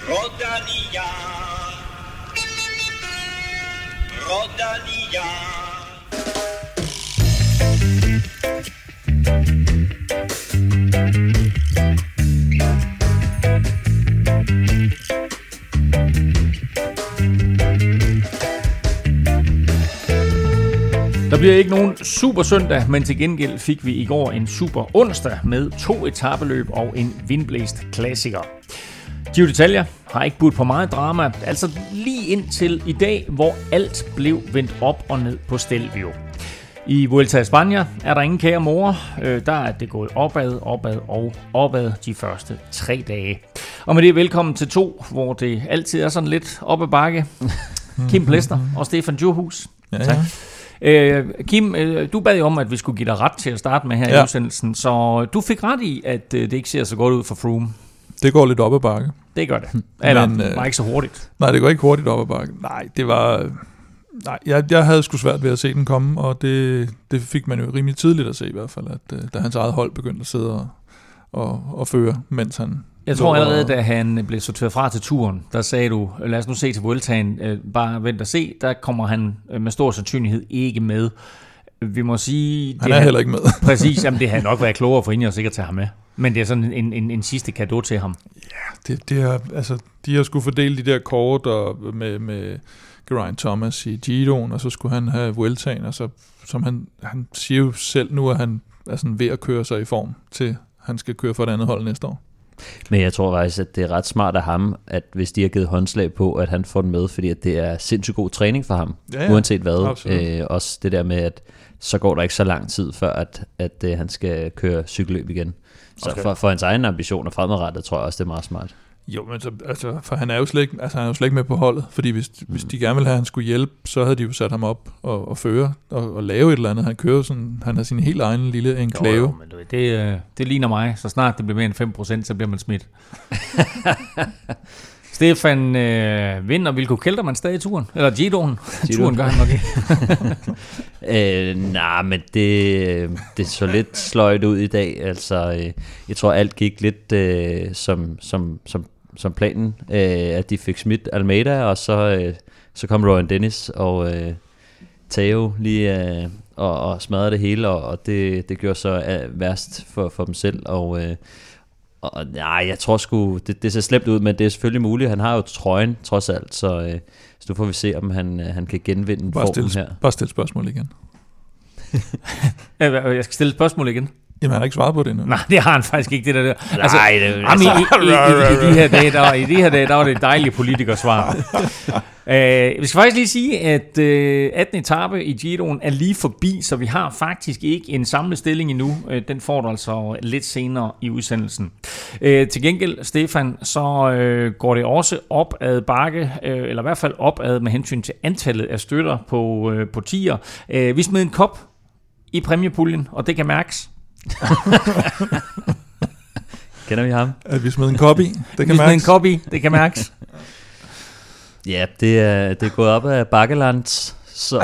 Rodalia. Rodalia. Der bliver ikke nogen super søndag, men til gengæld fik vi i går en super onsdag med 2 etapeløb og en vindblæst klassiker. Giro d'Italia har ikke budt på meget drama, altså lige indtil i dag, hvor alt blev vendt op og ned på Stelvio. I Vuelta a España er der ingen kære mor. Der er det gået opad de første 3 dage. Og med det velkommen til 2, hvor det altid er sådan lidt op ad bakke. Kim Plesner og Stefan Djurhus. Ja. Tak. Kim, du bad jo om, at vi skulle give dig ret til at starte med her i udsendelsen, så du fik ret i, at det ikke ser så godt ud for Froome. Det går lidt op ad bakke. Det gør det. Eller var ikke så hurtigt. Nej, det går ikke hurtigt op ad bakke. Nej, det var... Nej, jeg havde sgu svært ved at se den komme, og det fik man jo rimelig tidligt at se i hvert fald, at da hans eget hold begyndte at sidde og føre, mens han... Jeg tror allerede, da han blev sorteret fra til turen, der sagde du, lad os nu se til Vueltaen, bare vent og se, der kommer han med stor sandsynlighed ikke med. Vi må sige... Han er heller ikke med. Præcis, jamen det havde nok været klogere for Ineos sikkert til ham med. Men det er sådan en sidste cadeau til ham. Ja, det er, altså, de har skulle fordele de der kort og med Geraint Thomas i Giroen, og så skulle han have Vueltaen, og så, som han siger jo selv nu, at han er sådan ved at køre sig i form til, han skal køre for et andet hold næste år. Men jeg tror faktisk, at det er ret smart af ham, at hvis de har givet håndslag på, at han får den med, fordi at det er sindssygt god træning for ham, uanset hvad. Også det der med, at så går der ikke så lang tid, før at han skal køre cykelløb igen. Så okay. for hans egne ambitioner fremadrettet, tror jeg også, det er meget smart. Jo, men altså, for han er jo slet ikke med på holdet, fordi hvis de gerne ville have, at han skulle hjælpe, så havde de jo sat ham op og føre og lave et eller andet. Han kører sådan, han har sin helt egen lille enklave. Jo, men det ligner mig. Så snart det bliver mere end 5%, så bliver man smidt. Stefan, vinder Wilco Kelderman stadig turen? Eller Giroen? Turen gør han nok ikke. Nej, men det så lidt sløjt ud i dag. Altså, jeg tror, alt gik lidt som planen. At de fik smidt Almeida, og så kom Rowan Dennis og Theo lige og smadrede det hele, og det gjorde så værst for dem selv. Og nej, jeg tror sgu, det ser slemt ud, men det er selvfølgelig muligt. Han har jo trøjen, trods alt, så nu får vi se, om han kan genvinde formen her. Bare stille spørgsmål igen. Jeg skal stille et spørgsmål igen. Jamen, han har ikke svaret på det endnu. Nej, det har han faktisk ikke, det der. Altså, nej, i de her dage, der var det et dejligt politikersvar. Vi skal faktisk lige sige, at 18. etape i Giroen er lige forbi, så vi har faktisk ikke en samlet stilling endnu. Den får du altså lidt senere i udsendelsen. Til gengæld, Stefan, så går det også op ad bakke, eller i hvert fald op ad med hensyn til antallet af støtter på tier. Vi smed en kop i præmiepuljen, og det kan mærkes. Kender vi ham? At vi smed en kop i, det kan mærkes. Ja, det er gået op af Bakkeland. Så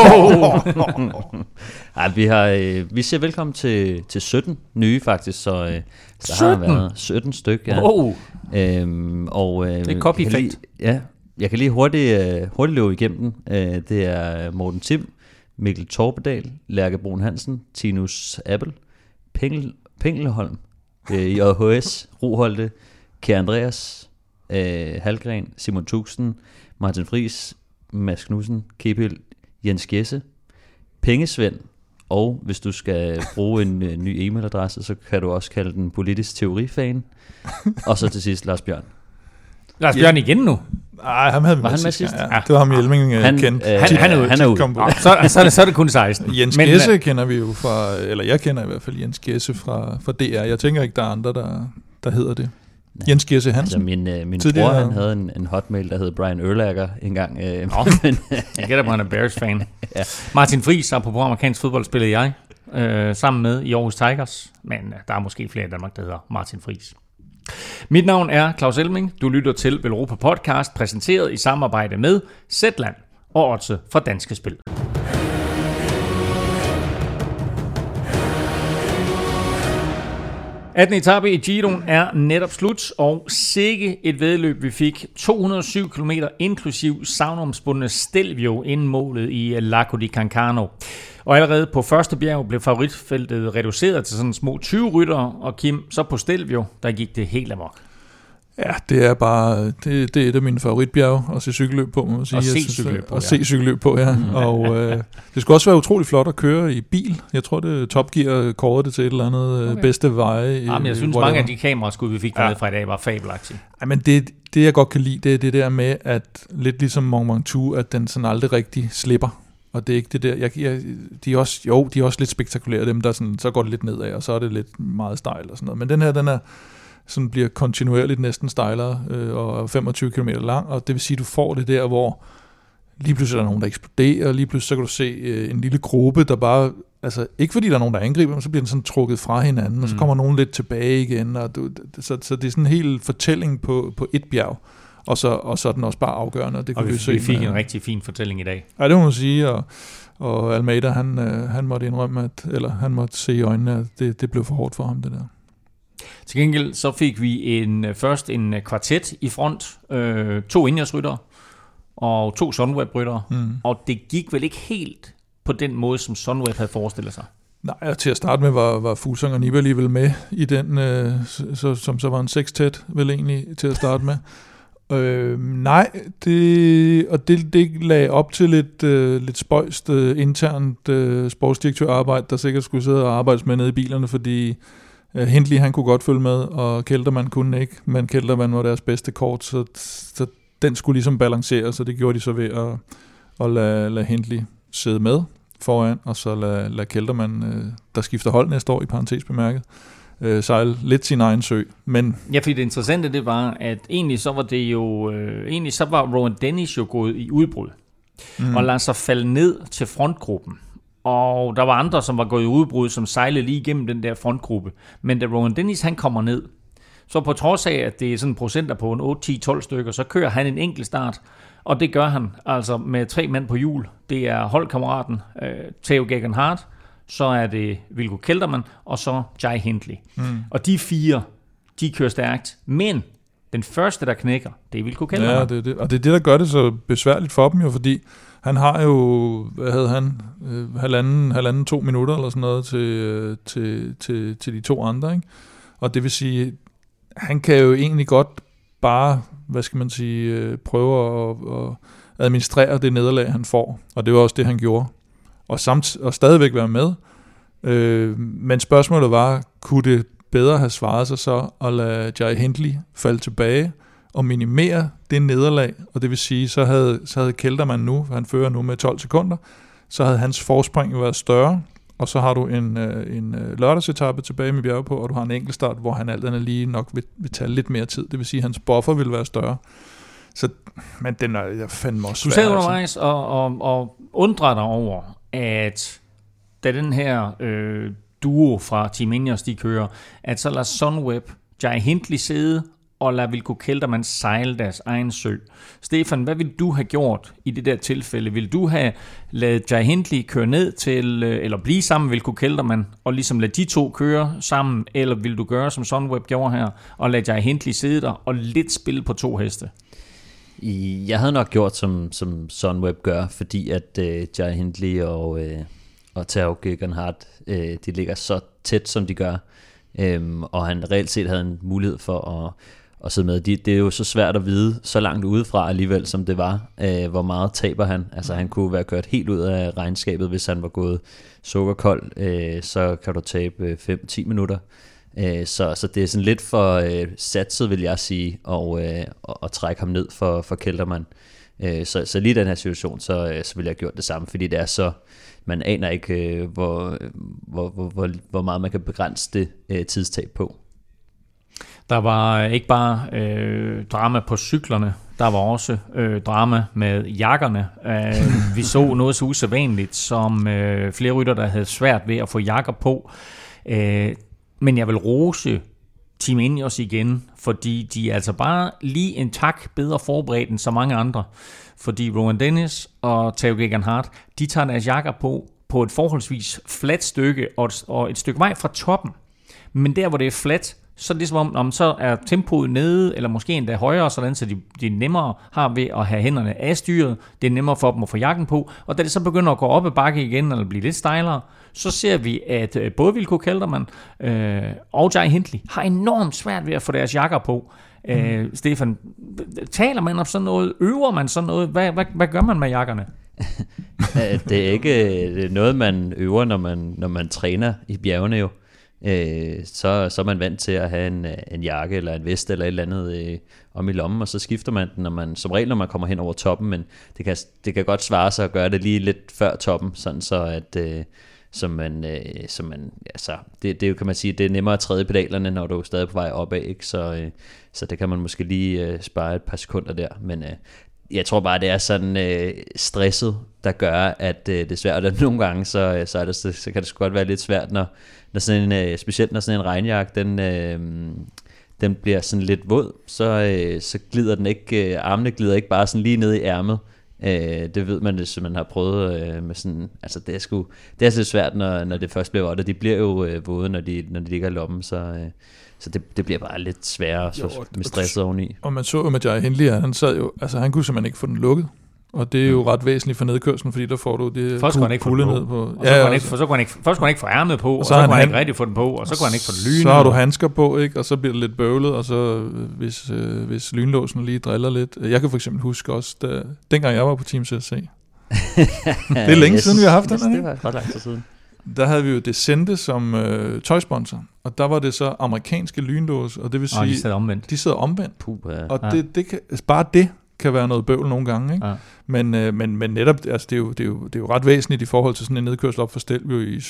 vi siger velkommen til 17 nye faktisk, så der 17? Har været 17 stykker. Ja. Oh. Det er copy-effekt. Ja, jeg kan lige hurtigt løbe igennem den. Det er Morten Tim, Mikkel Torpedal, Lærke Brun Hansen, Tinus Appel, Pengelholm, JHS, Roholte, Kjær Andreas, Halgren, Simon Tuxen, Martin Friis, Mads Knudsen, Kepil, Jens Gesse, Pengesvend, og hvis du skal bruge en ny e-mailadresse, så kan du også kalde den politisk teorifan, og så til sidst Lars Bjørn. Lars Bjørn igen nu? Nej, ham havde vi med sidst. Ja. Det var ham Hjelming kendt. Han er ude. Så er det kun 16. Jens Gesse kender vi jo fra, eller jeg kender i hvert fald Jens Gesse fra DR. Jeg tænker ikke, der er andre, der hedder det. Ja. Jens Gesse Hansen. Altså min bror, han havde en hotmail, der hed Brian Urlacher engang. Jeg gætter på, han er Bears-fan. Ja. Martin Friis, apropos amerikansk fodbold, spillede jeg sammen med i Aarhus Tigers. Men der er måske flere i Danmark, der hedder Martin Friis. Mit navn er Claus Elming. Du lytter til Velropa Podcast, præsenteret i samarbejde med Zetland og Odse fra Danske Spil. 18. etape i Giroen er netop slut, og sikke et væddeløb vi fik. 207 km inklusiv savnomsbundne Stelvio inden målet i Lago di Cancano. Og allerede på første bjerg blev favoritfeltet reduceret til sådan små 20 ryttere, og Kim, så på Stelvio, der gik det helt amok. Ja, det er bare det er et af mine favoritbjerge at se cykelløb på, må man sige. Se cykelløb på, ja. Og det skulle også være utrolig flot at køre i bil. Jeg tror, det Top Gear kårede det til et eller andet bedste veje. Jamen, jeg synes, mange af de kameraskud, vi fik dernede fra i dag, var fabelagtige. Ja, men det jeg godt kan lide, det er det der med, at lidt ligesom Mont Ventoux, at den sådan aldrig rigtig slipper. Og det er ikke det der, de er også lidt spektakulære, dem der sådan, så går det lidt nedad, og så er det lidt meget stejl og sådan noget. Men den her, den er sådan bliver kontinuerligt næsten stejlere og 25 km lang, og det vil sige, at du får det der, hvor lige pludselig er der nogen, der eksploderer, og lige pludselig så kan du se en lille gruppe, der bare, altså ikke fordi der er nogen, der angriber, men så bliver den sådan trukket fra hinanden, og så kommer nogen lidt tilbage igen, og så det er sådan en hel fortælling på et bjerg, og så er den også bare afgørende. Det og vi fik en rigtig fin fortælling i dag. Ja, det må man sige, og Almeida, han måtte indrømme, han måtte se i øjnene, at det blev for hårdt for ham, det der. Til gengæld så fik vi først en kvartet i front, 2 Ineos-ryttere og 2 Sunweb-ryttere, og det gik vel ikke helt på den måde, som Sunweb havde forestillet sig. Nej, til at starte med var Fuglsang og Nibali vel med i den, som så var en 6-tæt vel egentlig til at starte med. Nej, det lagde op til lidt spøjst internt sportsdirektørarbejde, der sikkert skulle sidde og arbejde med nede i bilerne, fordi Hindley, han kunne godt følge med, og Kelterman kunne ikke, men Kelterman var deres bedste kort, så den skulle ligesom balancere, så det gjorde de så ved at lade Hindley sidde med foran, og så lade Kelterman, der skifter hold næste år i parentes bemærket, sejle lidt sin egen sø. Men ja, fordi det interessante det var, at egentlig så var det jo, så var Rowan Dennis jo gået i udbrud, og lader sig falde ned til frontgruppen. Og der var andre, som var gået i udbrud, som sejlede lige igennem den der frontgruppe. Men da Rowan Dennis han kommer ned, så på trods af, at det er sådan procenter på en 8, 10, 12 stykker, så kører han en enkelt start. Og det gør han altså med 3 mand på hjul. Det er holdkammeraten Theo Gegenhardt, så er det Wilco Kelderman, og så Jai Hindley. Og de 4, de kører stærkt. Men den første, der knækker, det er Wilco Kelderman. Ja, det. Og det er det, der gør det så besværligt for dem jo, fordi han har jo, hvad havde han, halvanden 2 minutter eller sådan noget til de 2 andre, ikke? Og det vil sige, han kan jo egentlig godt bare, hvad skal man sige, prøve at administrere det nederlag, han får. Og det var også det, han gjorde. Og stadigvæk være med. Men spørgsmålet var, kunne det bedre have svaret sig så at lade Jai Hindley falde tilbage og minimere det nederlag, og det vil sige, så havde Kelterman nu, han fører nu med 12 sekunder, så havde hans forspring været større, og så har du en lørdagsetappe tilbage med bjerge på, og du har en enkeltstart, hvor han alt andet lige nok vil tage lidt mere tid, det vil sige, at hans buffer vil være større. Så, men den er jeg fandme også svær. Du sagde undervejs og undrer dig over, at da den her duo fra Team Ineos, de kører, at så lader Sunweb Jai Hindley sidde, og lad Wilco Kelderman sejle deres egen sø. Stefan, hvad vil du have gjort i det der tilfælde? Vil du have ladet Jai Hindley køre ned til, eller blive sammen med Wilco Kelderman, og ligesom lade de 2 køre sammen, eller vil du gøre, som Sunweb gjorde her, og lade Jai Hindley sidde der, og lidt spille på 2 heste? Jeg havde nok gjort, som Sunweb gør, fordi at Jai Hindley og Theo Gegenhardt, de ligger så tæt, som de gør, og han reelt set havde en mulighed for at sidde med. Det er jo så svært at vide så langt udefra alligevel, som det var. Hvor meget taber han? Altså han kunne være kørt helt ud af regnskabet, hvis han var gået sukkerkold. Så kan du tabe 5-10 minutter. Så det er sådan lidt for satset, vil jeg sige, og trække ham ned for Kelterman. Så lige i den her situation, så vil jeg have gjort det samme, fordi det er så, man aner ikke, hvor meget man kan begrænse det tidstab på. Der var ikke bare drama på cyklerne, der var også drama med jakkerne. Vi så noget så usædvanligt som flere rytter, der havde svært ved at få jakker på. Men jeg vil rose Team Ineos igen, fordi de er altså bare lige en tak bedre forberedt end så mange andre. Fordi Rowan Dennis og Theo Gegenhardt, de tager deres jakker på et forholdsvis fladt stykke og et stykke vej fra toppen, Men der, hvor det er flat, så er det ligesom om så er tempoet nede, eller måske endda højere, sådan så de nemmere har ved at have hænderne af styret. Det er nemmere for dem at få jakken på. Og da det så begynder at gå op ad bakke igen, eller blive lidt stejlere, så ser vi, at både Wilco Kelderman og Jai Hindley har enormt svært ved at få deres jakker på. Stefan, taler man om sådan noget? Øver man sådan noget? Hvad gør man med jakkerne? Det er ikke noget, man øver, når man træner i bjergene jo. Så er man vant til at have en jakke eller en vest eller et eller andet om i lommen, og så skifter man den, som regel, når man kommer hen over toppen, men det kan godt svare sig at gøre det lige lidt før toppen, sådan så at det kan man sige, det er nemmere at træde pedalerne, når du er stadig på vej opad, ikke? Så det kan man måske lige spare et par sekunder der, men jeg tror bare, det er sådan stresset, der gør, at det er svært, og nogle gange, så kan det sgu godt være lidt svært, når specielt når sådan en regnjakke, den bliver sådan lidt våd, så glider den ikke, armene glider ikke bare sådan lige ned i ærmet. Det ved man, hvis man har prøvet med sådan, altså det er så svært, når det først bliver vådt, og de bliver jo våde, når de ligger i lommen, så det bliver bare lidt sværere med stresset oveni. Og man så jo med Jai Hindley, han sad jo, altså han kunne simpelthen ikke få den lukket. Og det er jo ret væsentligt for nedkørslen, fordi der får du det kulde ned på. Så kunne han ikke få ærmet på, og så kunne han ikke rigtig få den på, og så kunne han ikke få den lynet. Så har du handsker på, ikke? Og så bliver det lidt bøvlet, og så hvis lynlåsen lige driller lidt. Jeg kan for eksempel huske også, dengang jeg var på Team CSC. Det er længe siden, vi har haft den. Det var ret lang tid siden. Der havde vi jo Descente som tøjsponsor, og der var det så amerikanske lynlås, og det vil sige, de sidder omvendt. Og det kan, bare det kan være noget bøvl nogle gange, ikke? Ja. Men netop, altså det er jo ret væsentligt i forhold til sådan en nedkørsel op for Stelvio i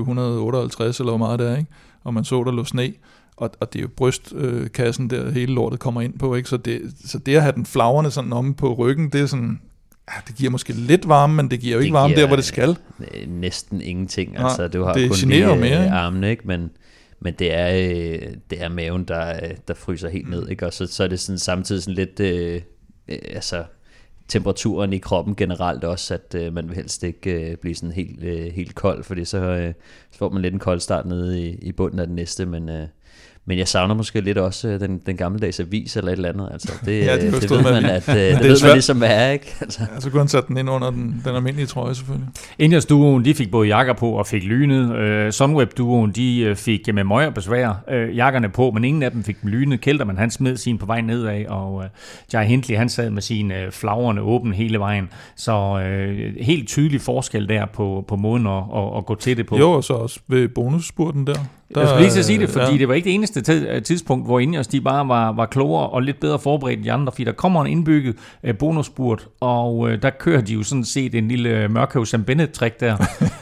2758 eller hvor meget det er, ikke? Og man så der lå sne, og det er jo brystkassen der hele lortet kommer ind på, ikke? Så det at have den flagrende sådan omme på ryggen, det er sådan, ja, det giver måske lidt varme, men det giver jo ikke varme der, hvor det skal. Næsten ingenting, altså du har det kun lige armene, ikke? Men det er maven, der fryser helt ned, ikke? Og så er det sådan samtidig sådan lidt temperaturen i kroppen generelt også, at man vil helst ikke blive sådan helt kold, fordi så får man lidt en kold start nede i bunden af det næste, men jeg savner måske lidt også den gammeldags avis eller et eller andet. Altså det ved man, at det ved man ligesom, hvad er, ikke? Altså. Ja, så kunne han sætte den ind under den almindelige trøje, selvfølgelig. Ineos-duoen, de fik både jakker på og fik lynet. Sunweb-duoen, de fik med møgerbesvær jakkerne på, men ingen af dem fik dem lynet. Kelderman, han smed sin på vej nedad, og Jai Hindley, han sad med sine flagrene åbne hele vejen. Så helt tydelig forskel der på måden at gå til det på. Jo, og så også ved bonusspurten der. Jeg skulle lige til at sige det, fordi det var ikke det eneste tidspunkt, hvor Ineos de bare var klogere og lidt bedre forberedt end de andre, fordi der kommer en indbygget bonusspurt, og der kører de jo sådan set en lille Mørkøv Sam Bennett-trick der,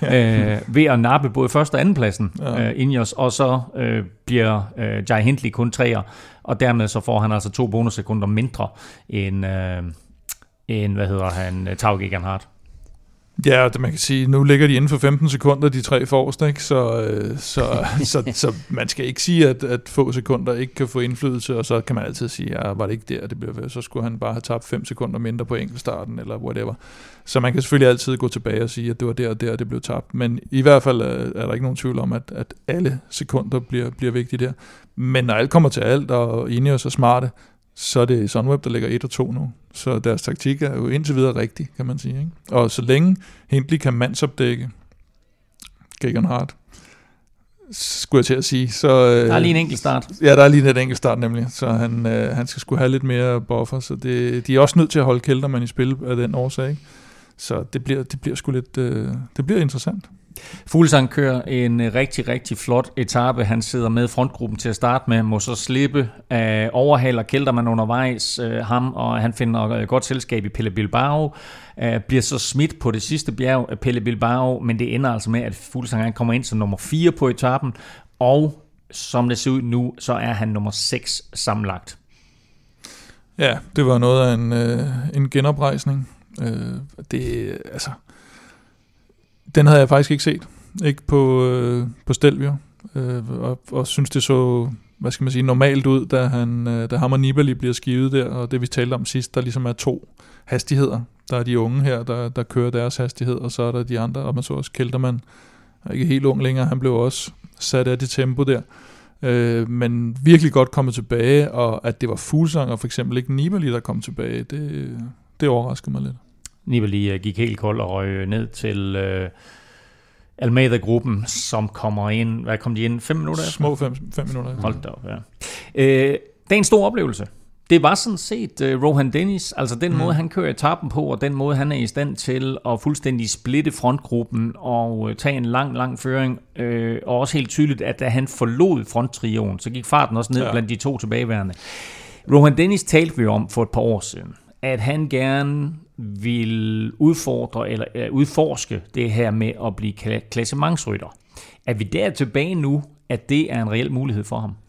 ved at nappe både første og anden pladsen Ineos, og så bliver Jai Hindley kun 3'er, og dermed så får han altså 2 bonussekunder mindre end Tao Geoghegan Hart. Ja, det man kan sige, nu ligger de inden for 15 sekunder, de 3 forreste, ikke? Så man skal ikke sige, at få sekunder ikke kan få indflydelse, og så kan man altid sige, ja, var det ikke der, det blev ved, så skulle han bare have tabt 5 sekunder mindre på enkeltstarten, eller whatever. Så man kan selvfølgelig altid gå tilbage og sige, at det var der og der, det blev tabt. Men i hvert fald er der ikke nogen tvivl om, at alle sekunder bliver vigtige der. Men når alt kommer til alt, og Ineos er smarte, så er det Sunweb, der ligger 1 og 2 nu. Så deres taktik er jo indtil videre rigtig, kan man sige, ikke? Og så længe Hindley kan mandsopdække Geoghegan Hart, skulle jeg til at sige, så... der er lige en enkelt start. Ja, der er lige en enkelt start nemlig, så han skal sgu have lidt mere buffer, så de er også nødt til at holde Kelderman i spil af den årsag, ikke? Så det bliver sgu lidt... det bliver interessant. Fuglsang kører en rigtig, rigtig flot etape. Han sidder med frontgruppen til at starte med, må så slippe, overhaler Kelderman undervejs ham, og han finder godt selskab i Pelle Bilbao, bliver så smidt på det sidste bjerg af Pelle Bilbao, men det ender altså med, at Fuglsang kommer ind som nummer 4 på etappen, og som det ser ud nu, så er han nummer 6 sammenlagt. Ja, det var noget af en genoprejsning. Den havde jeg faktisk ikke set, ikke på Stelvio, og synes det så, hvad skal man sige, normalt ud, da ham og Nibali bliver skivet der, og det vi talte om sidst, der ligesom er 2 hastigheder. Der er de unge her, der kører deres hastighed, og så er der de andre, og man så også Kelderman, er ikke helt ung længere, han blev også sat af det tempo der. Men virkelig godt kommet tilbage, og at det var Fuglsang og for eksempel ikke Nibali, der kom tilbage, det overraskede mig lidt. Nibali gik helt kold og røg ned til Almeida-gruppen, som kommer ind. Hvad kom de ind? 5 minutter? Små 5 minutter. Hold da op, ja. Det er en stor oplevelse. Det var sådan set Rohan Dennis, altså den måde, han kører etappen på, og den måde, han er i stand til at fuldstændig splitte frontgruppen og tage en lang føring. Og også helt tydeligt, at da han forlod fronttrioen, så gik farten også ned blandt de 2 tilbageværende. Rohan Dennis talte vi om for et par år siden, at han gerne vil udfordre eller udforske det her med at blive klassementsrytter. Er vi der tilbage nu, at det er en reel mulighed for ham?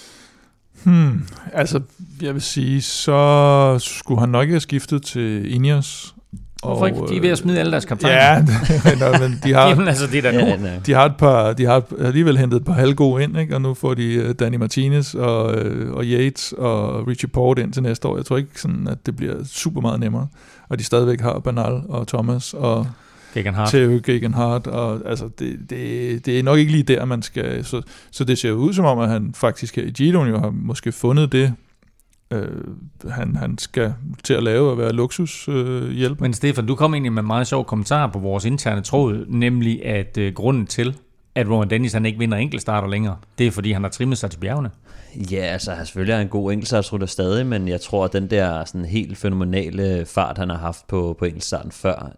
Altså, jeg vil sige, så skulle han nok ikke have skiftet til Ineos. Hvorfor ikke? De er ved at smide alle deres kaptajner. Ja, men de har, jamen, altså, det er der nu. De har alligevel hentet et par halvgode ind, ikke? Og nu får de Danny Martinez og Yates og Richie Porte ind til næste år. Jeg tror ikke, sådan, at det bliver super meget nemmere. Og de stadigvæk har Bernal og Thomas og Theo Gegenhardt, og altså det er nok ikke lige der, man skal. Så det ser ud som om, at han faktisk her i Giroen jo har måske fundet det, han skal til at lave og være luksushjælp. Men Stefan, du kom egentlig med en meget sjov kommentar på vores interne tråd, nemlig at grunden til, at Rohan Dennis han ikke vinder enkeltstarter længere, det er fordi, han har trimmet sig til bjergene. Ja, altså selvfølgelig er en god enkeltstartsrytter stadig, men jeg tror, at den der sådan helt fænomenale fart, han har haft på enkeltstarten før,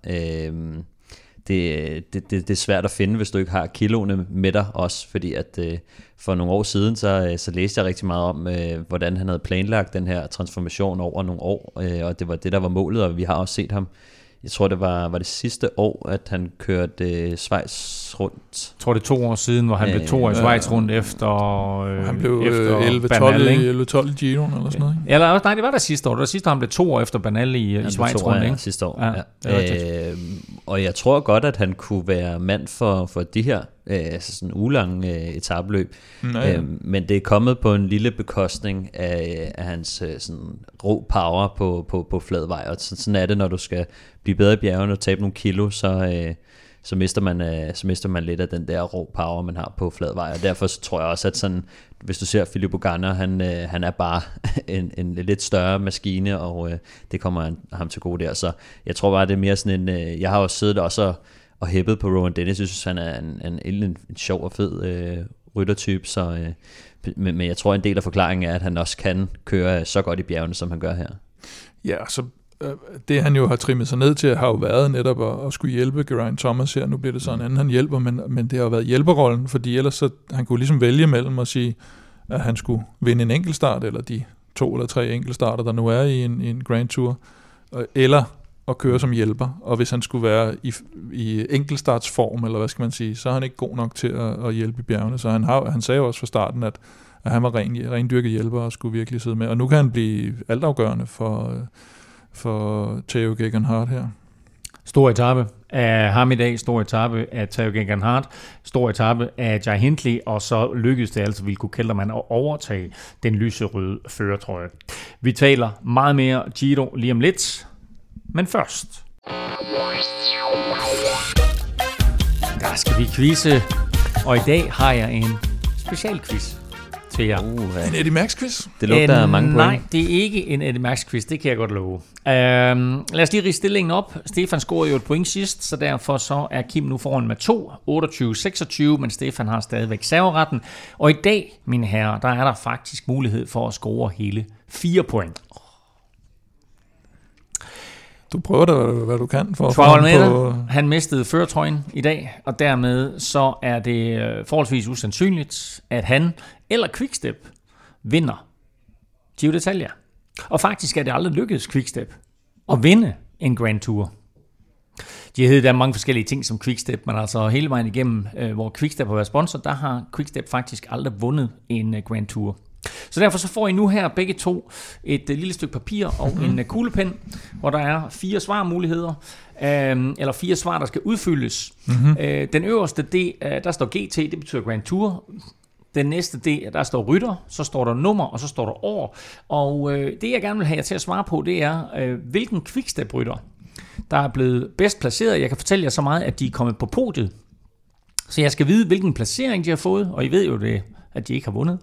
det er svært at finde, hvis du ikke har kiloene med dig også, fordi at for nogle år siden, så læste jeg rigtig meget om, hvordan han havde planlagt den her transformation over nogle år, og det var det, der var målet, og vi har også set ham. Jeg tror, det var det sidste år, at han kørte Schweiz rundt. Jeg tror, det er 2 år siden, hvor han blev 2 år i Schweiz rundt efter han blev 11-12 i Giroen eller sådan noget. Eller, nej, det var der sidste år. Det var sidste år, han blev 2 år efter Bernal i Schweiz rundt. Ja, sidste år. Ja. Og jeg tror godt, at han kunne være mand for de her sådan ulange etapløb. Men det er kommet på en lille bekostning af hans sådan rå power på flad vej. Og sådan er det, når du skal blive bedre i bjergene og tabe nogle kilo, så mister man lidt af den der rå power, man har på flad vej. Og derfor så tror jeg også, at sådan, hvis du ser Filippo Ganna, han er bare en lidt større maskine, og det kommer ham til gode der. Så jeg tror bare, det er mere sådan en. Jeg har også siddet også og hæppet på Rohan Dennis. Jeg synes, han er en sjov og fed ryttertype, men jeg tror, en del af forklaringen er, at han også kan køre så godt i bjergene, som han gør her. Ja, så det han jo har trimmet sig ned til, har jo været netop at skulle hjælpe Geraint Thomas her. Nu bliver det så en anden, han hjælper, men det har jo været hjælperrollen, fordi ellers så han kunne ligesom vælge mellem at sige, at han skulle vinde en enkeltstart, eller de 2 eller 3 enkeltstarter, der nu er i en Grand Tour, eller at køre som hjælper. Og hvis han skulle være i enkeltstartsform, eller hvad skal man sige, så er han ikke god nok til at hjælpe i bjergene. Så han sagde jo også fra starten, at han var rendyrket hjælper og skulle virkelig sidde med. Og nu kan han blive altafgørende for Theo Gegenhardt her. Stor etape af ham i dag, stor etape af Theo Gegenhardt, stor etape af Jai Hindley, og så lykkedes det altså Wilco Kelderman at overtage den lyserøde førertrøje. Vi taler meget mere Giro lige om lidt, men først. Der skal vi quizze, og i dag har jeg en specialquiz til jer. En Eddie Merckx quiz? Det lugter af mange point. Nej, det er ikke en Eddie Merckx quiz, det kan jeg godt love. Lad os lige rige stillingen op. Stefan scorede jo et point sidst, så derfor så er Kim nu foran med 28-26, men Stefan har stadigvæk serveretten. Og i dag, mine herrer, der er der faktisk mulighed for at score hele 4 point. Du prøver da, hvad du kan for at få på. Han mistede førertrøjen i dag, og dermed så er det forholdsvis usandsynligt, at han eller Quickstep vinder Giro d'Italia. Og faktisk er det aldrig lykkedes Quickstep at vinde en Grand Tour. De har heddet der mange forskellige ting som Quickstep, men altså hele vejen igennem, hvor Quickstep har været sponsor, der har Quickstep faktisk aldrig vundet en Grand Tour. Så derfor så får I nu her begge to et lille stykke papir og en kuglepen, hvor der er 4 svarmuligheder, eller 4 svar, der skal udfyldes. Den øverste, der står GT, det betyder Grand Tour. Den næste, der står rytter, så står der nummer, og så står der år. Og det, jeg gerne vil have jer til at svare på, det er, hvilken Quickstep-rytter, der er blevet bedst placeret. Jeg kan fortælle jer så meget, at de er kommet på podiet. Så jeg skal vide, hvilken placering de har fået, og I ved jo det at de ikke har vundet.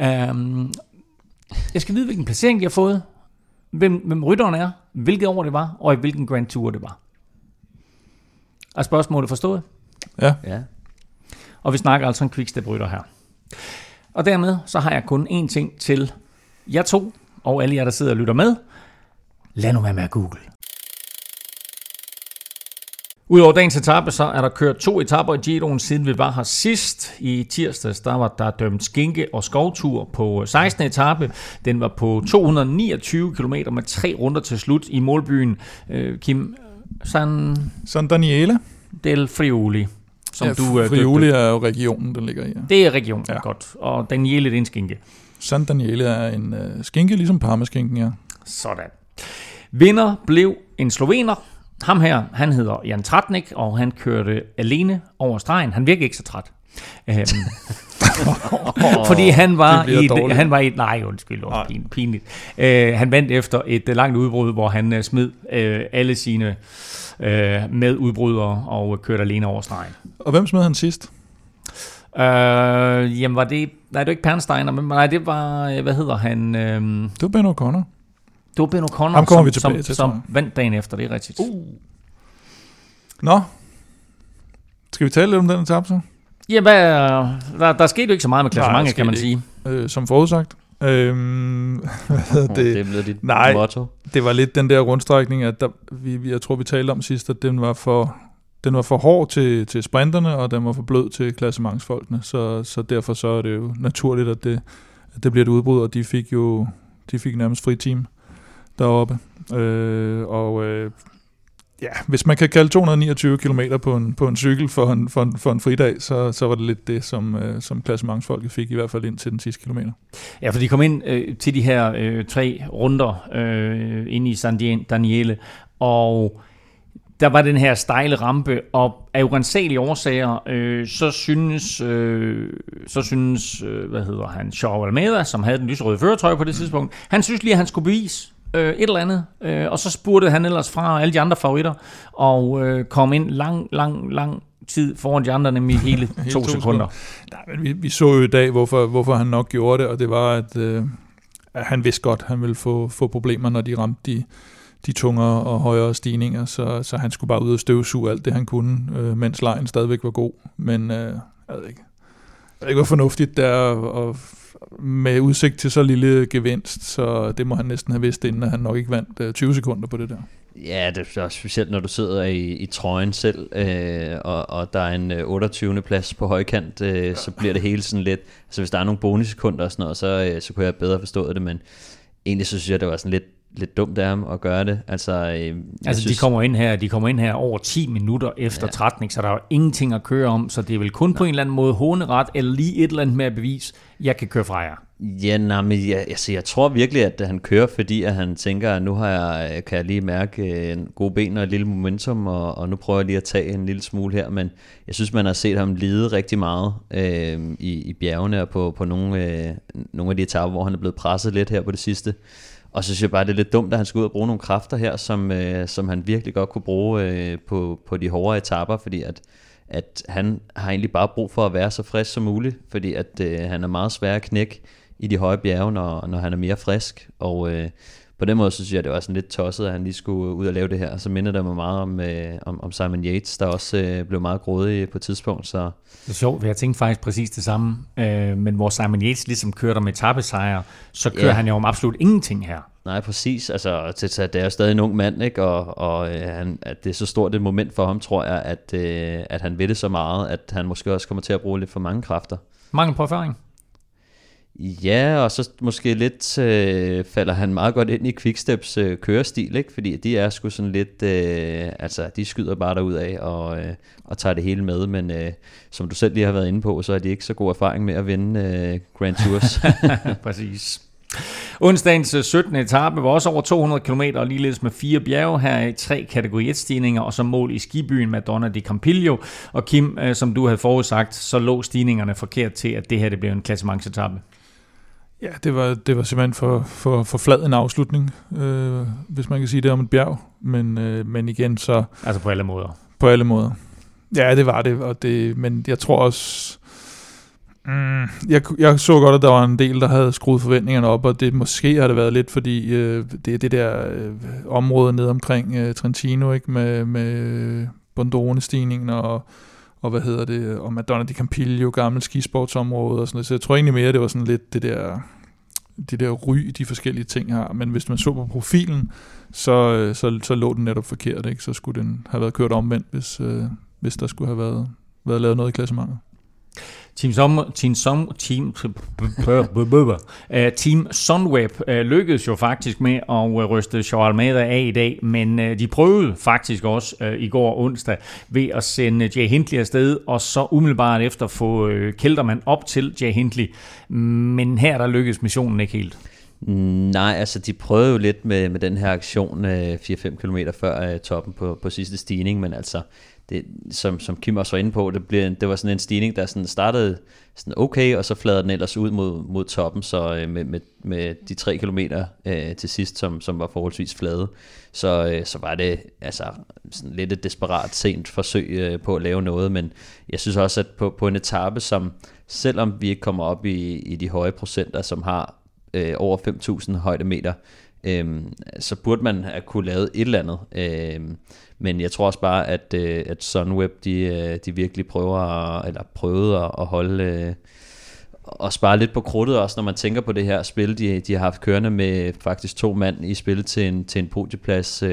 Jeg skal vide, hvilken placering de har fået, hvem rytteren er, hvilket år det var, og i hvilken Grand Tour det var. Er spørgsmålet forstået? Ja. Og vi snakker altså en Quickstep-rytter her. Og dermed så har jeg kun én ting til jer to, og alle jer, der sidder og lytter med. Lad nu være med at google. Udover dagens etape, så er der kørt 2 etaper i Giroen, siden vi var her sidst. I tirsdags, der var der dømt skinke- og skovtur på 16. etape. Den var på 229 km med 3 runder til slut i målbyen. San Daniele del Friuli. Friuli er jo regionen, den ligger i. Ja. Det er regionen, godt. Og Daniele, det er en skinke. San Daniele er en skinke, ligesom Parma-skinken, ja. Sådan. Vinder blev en slovener. Ham her, han hedder Jan Tratnik, og han kørte alene over stregen. Han virkede ikke så træt. Fordi han var i pinligt. Han vandt efter et langt udbrud, hvor han smed alle sine medudbrydere og kørte alene over stregen. Og hvem smed han sidst? Jamen var det... Nej, det var ikke Pernsteiner, men nej, det var... Hvad hedder han? Det var Ben O'Connor. Det var Ben O'Connor, som vandt dagen efter, det er rigtigt. Nå. Skal vi tale lidt om den etape så? Ja, der skete jo ikke så meget med klassementet, kan man sige. Som forudsagt. Det er blevet dit motto. Det var lidt den der rundstrækning, at jeg tror, vi talte om sidst, at den var for hård til sprinterne, og den var for blød til klassementsfolkene. Så derfor så er det jo naturligt, at det bliver et udbrud, og de fik nærmest fri team deroppe. Hvis man kan kalde 229 km på en cykel for en fridag, så var det lidt det, som klassementsfolket fik, i hvert fald ind til den sidste kilometer. Ja, for de kom ind til de her 3 runder inde i San Daniele, og der var den her stejle rampe, og af urensagelige årsager, så synes Joao Almeida, som havde den lyserøde førertrøje på det tidspunkt, han synes lige, at han skulle bevise et eller andet, og så spurgte han ellers fra alle de andre favoritter, og kom ind lang tid foran de andre, nemlig hele 2 sekunder. Nej, men vi så jo i dag, hvorfor han nok gjorde det, og det var, at han vidste godt, han ville få problemer, når de ramte de tungere og højere stigninger, så han skulle bare ud og støvsuge alt det, han kunne, mens lejen stadigvæk var god. Men jeg ved ikke, hvor fornuftigt det er, og med udsigt til så lille gevinst, så det må han næsten have vidst, inden han nok ikke vandt 20 sekunder på det der. Ja, det er også specielt, når du sidder i trøjen selv, og der er en 28. plads på højkant, så bliver det hele sådan lidt, altså hvis der er nogle bonussekunder og sådan noget, så kunne jeg bedre forstå det, men egentlig så synes jeg, det var sådan lidt dumt af ham at gøre det. De kommer ind her over 10 minutter efter Tratnik, så der er jo ingenting at køre om, så det er vel kun på en eller anden måde håneret, eller lige et eller andet med at bevise, jeg kan køre fra jer. Ja, men jeg tror virkelig, at han kører, fordi at han tænker, at nu kan jeg lige mærke en god ben og et lille momentum, og nu prøver jeg lige at tage en lille smule her, men jeg synes, man har set ham lide rigtig meget i bjergene og på nogle af de etaper, hvor han er blevet presset lidt her på det sidste. Og så synes jeg bare, det er lidt dumt, at han skal ud og bruge nogle kræfter her, som han virkelig godt kunne bruge på de hårdere etaper, fordi at han har egentlig bare brug for at være så frisk som muligt, fordi at han er meget svær at knække i de høje bjerge, når han er mere frisk. Og på den måde, så synes jeg, det var sådan lidt tosset, at han lige skulle ud og lave det her. Og så minder det mig meget om Simon Yates, der også blev meget grådig på et tidspunkt. Så. Det er sjovt, for jeg tænkte faktisk præcis det samme. Men hvor Simon Yates ligesom kører der med etapesejre, så kører han jo om absolut ingenting her. Nej, præcis. Altså, det er jo stadig en ung mand, ikke? Og at det er så stort et moment for ham, tror jeg, at han ved det så meget, at han måske også kommer til at bruge lidt for mange kræfter. Mangel på erfaring? Ja, og så måske lidt falder han meget godt ind i Quicksteps kørestil, ikke? Fordi de er sgu sådan lidt, de skyder bare derud af og tager det hele med, men som du selv lige har været inde på, så har de ikke så god erfaring med at vinde Grand Tours. Præcis. Onsdagens 17. etape var også over 200 km og ligeledes med 4 bjerge, her i 3 kategori 1-stigninger og så mål i skibyen Madonna di Campiglio. Og Kim, som du havde forudsagt, så lå stigningerne forkert til, at det her det blev en klassementsetape. Ja, det var simpelthen for flad en afslutning, hvis man kan sige det om et bjerg, men igen så. Altså på alle måder. På alle måder. Ja, det var det, men jeg tror også, Jeg så godt, at der var en del, der havde skruet forventningerne op, og det måske har det været lidt, fordi det der område nede omkring Trentino, ikke, med Bondone-stigningen og og Madonna di Campiglio, gammel skisportsområde og sådan noget. Så jeg tror egentlig mere, det var sådan lidt det der ry, de forskellige ting har. Men hvis man så på profilen, så lå den netop forkert, ikke? Så skulle den have været kørt omvendt, hvis der skulle have været lavet noget i klassementet. Team Sunweb lykkedes jo faktisk med at ryste Joao Almeida af i dag, men de prøvede faktisk også i går onsdag ved at sende Jay Hindley afsted, og så umiddelbart efter få Kelderman op til Jay Hindley. Men her der lykkedes missionen ikke helt. Nej, altså de prøvede jo lidt med den her aktion 4-5 km før toppen på sidste stigning, men altså det, som Kim også var inde på, det var sådan en stigning, der sådan startede sådan okay, og så fladede den ellers ud mod toppen, så med de 3 kilometer til sidst, som var forholdsvis flade, så var det altså sådan lidt et desperat sent forsøg på at lave noget, men jeg synes også, at på en etape, som selvom vi ikke kommer op i de høje procenter, som har over 5.000 højdemeter, så burde man have kunne lave et eller andet. Men jeg tror også bare, at Sunweb, de virkelig prøvede at holde og spare lidt på krudtet også, når man tænker på det her spil, de har haft kørende med faktisk 2 mand i spil til en podieplads,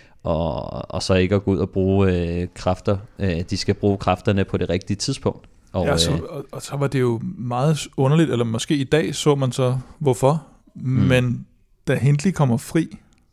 og så ikke at gå ud og bruge kræfter. De skal bruge kræfterne på det rigtige tidspunkt. Og så var det jo meget underligt, eller måske i dag så man så hvorfor, men da Hindley kommer fri,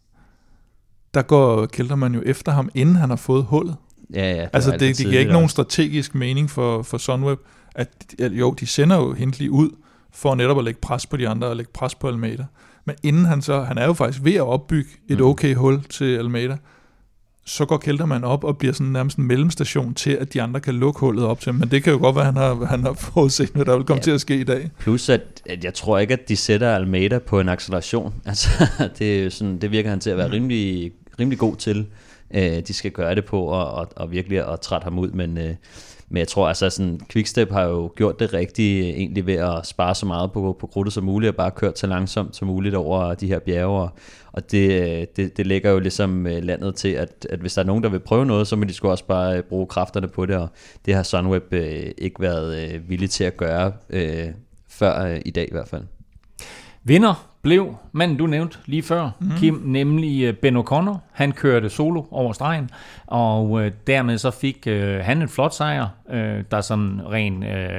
der går Kelderman jo efter ham, inden han har fået hullet. Ja, altså det giver ikke nogen strategisk mening for Sunweb, at jo, de sender jo Hindley ud, for netop at lægge pres på de andre, og lægge pres på Almeida. Men inden han er jo faktisk ved at opbygge et okay hul til Almeida, så går Kelderman op og bliver sådan nærmest en mellemstation til, at de andre kan lukke hullet op til ham. Men det kan jo godt være, at han har forudset, hvad der vil komme til at ske i dag. Plus, at jeg tror ikke, at de sætter Almeida på en acceleration. Altså, det virker han til at være rimelig god til. De skal gøre det på, og virkelig at trætte ham ud. Men jeg tror, altså sådan, Quickstep har jo gjort det rigtige egentlig ved at spare så meget på krudtet som muligt, og bare kørt så langsomt som muligt over de her bjerge, og det lægger jo ligesom landet til, at hvis der er nogen, der vil prøve noget, så må de sgu også bare bruge kræfterne på det, og det har Sunweb ikke været villig til at gøre før i dag i hvert fald. Vinder blev manden, du nævnte lige før, Kim, nemlig Ben O'Connor. Han kørte solo over stregen, og dermed så fik han en flot sejr, der sådan ren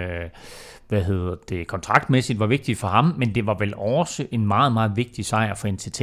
kontraktmæssigt var vigtigt for ham, men det var vel også en meget, meget vigtig sejr for NTT.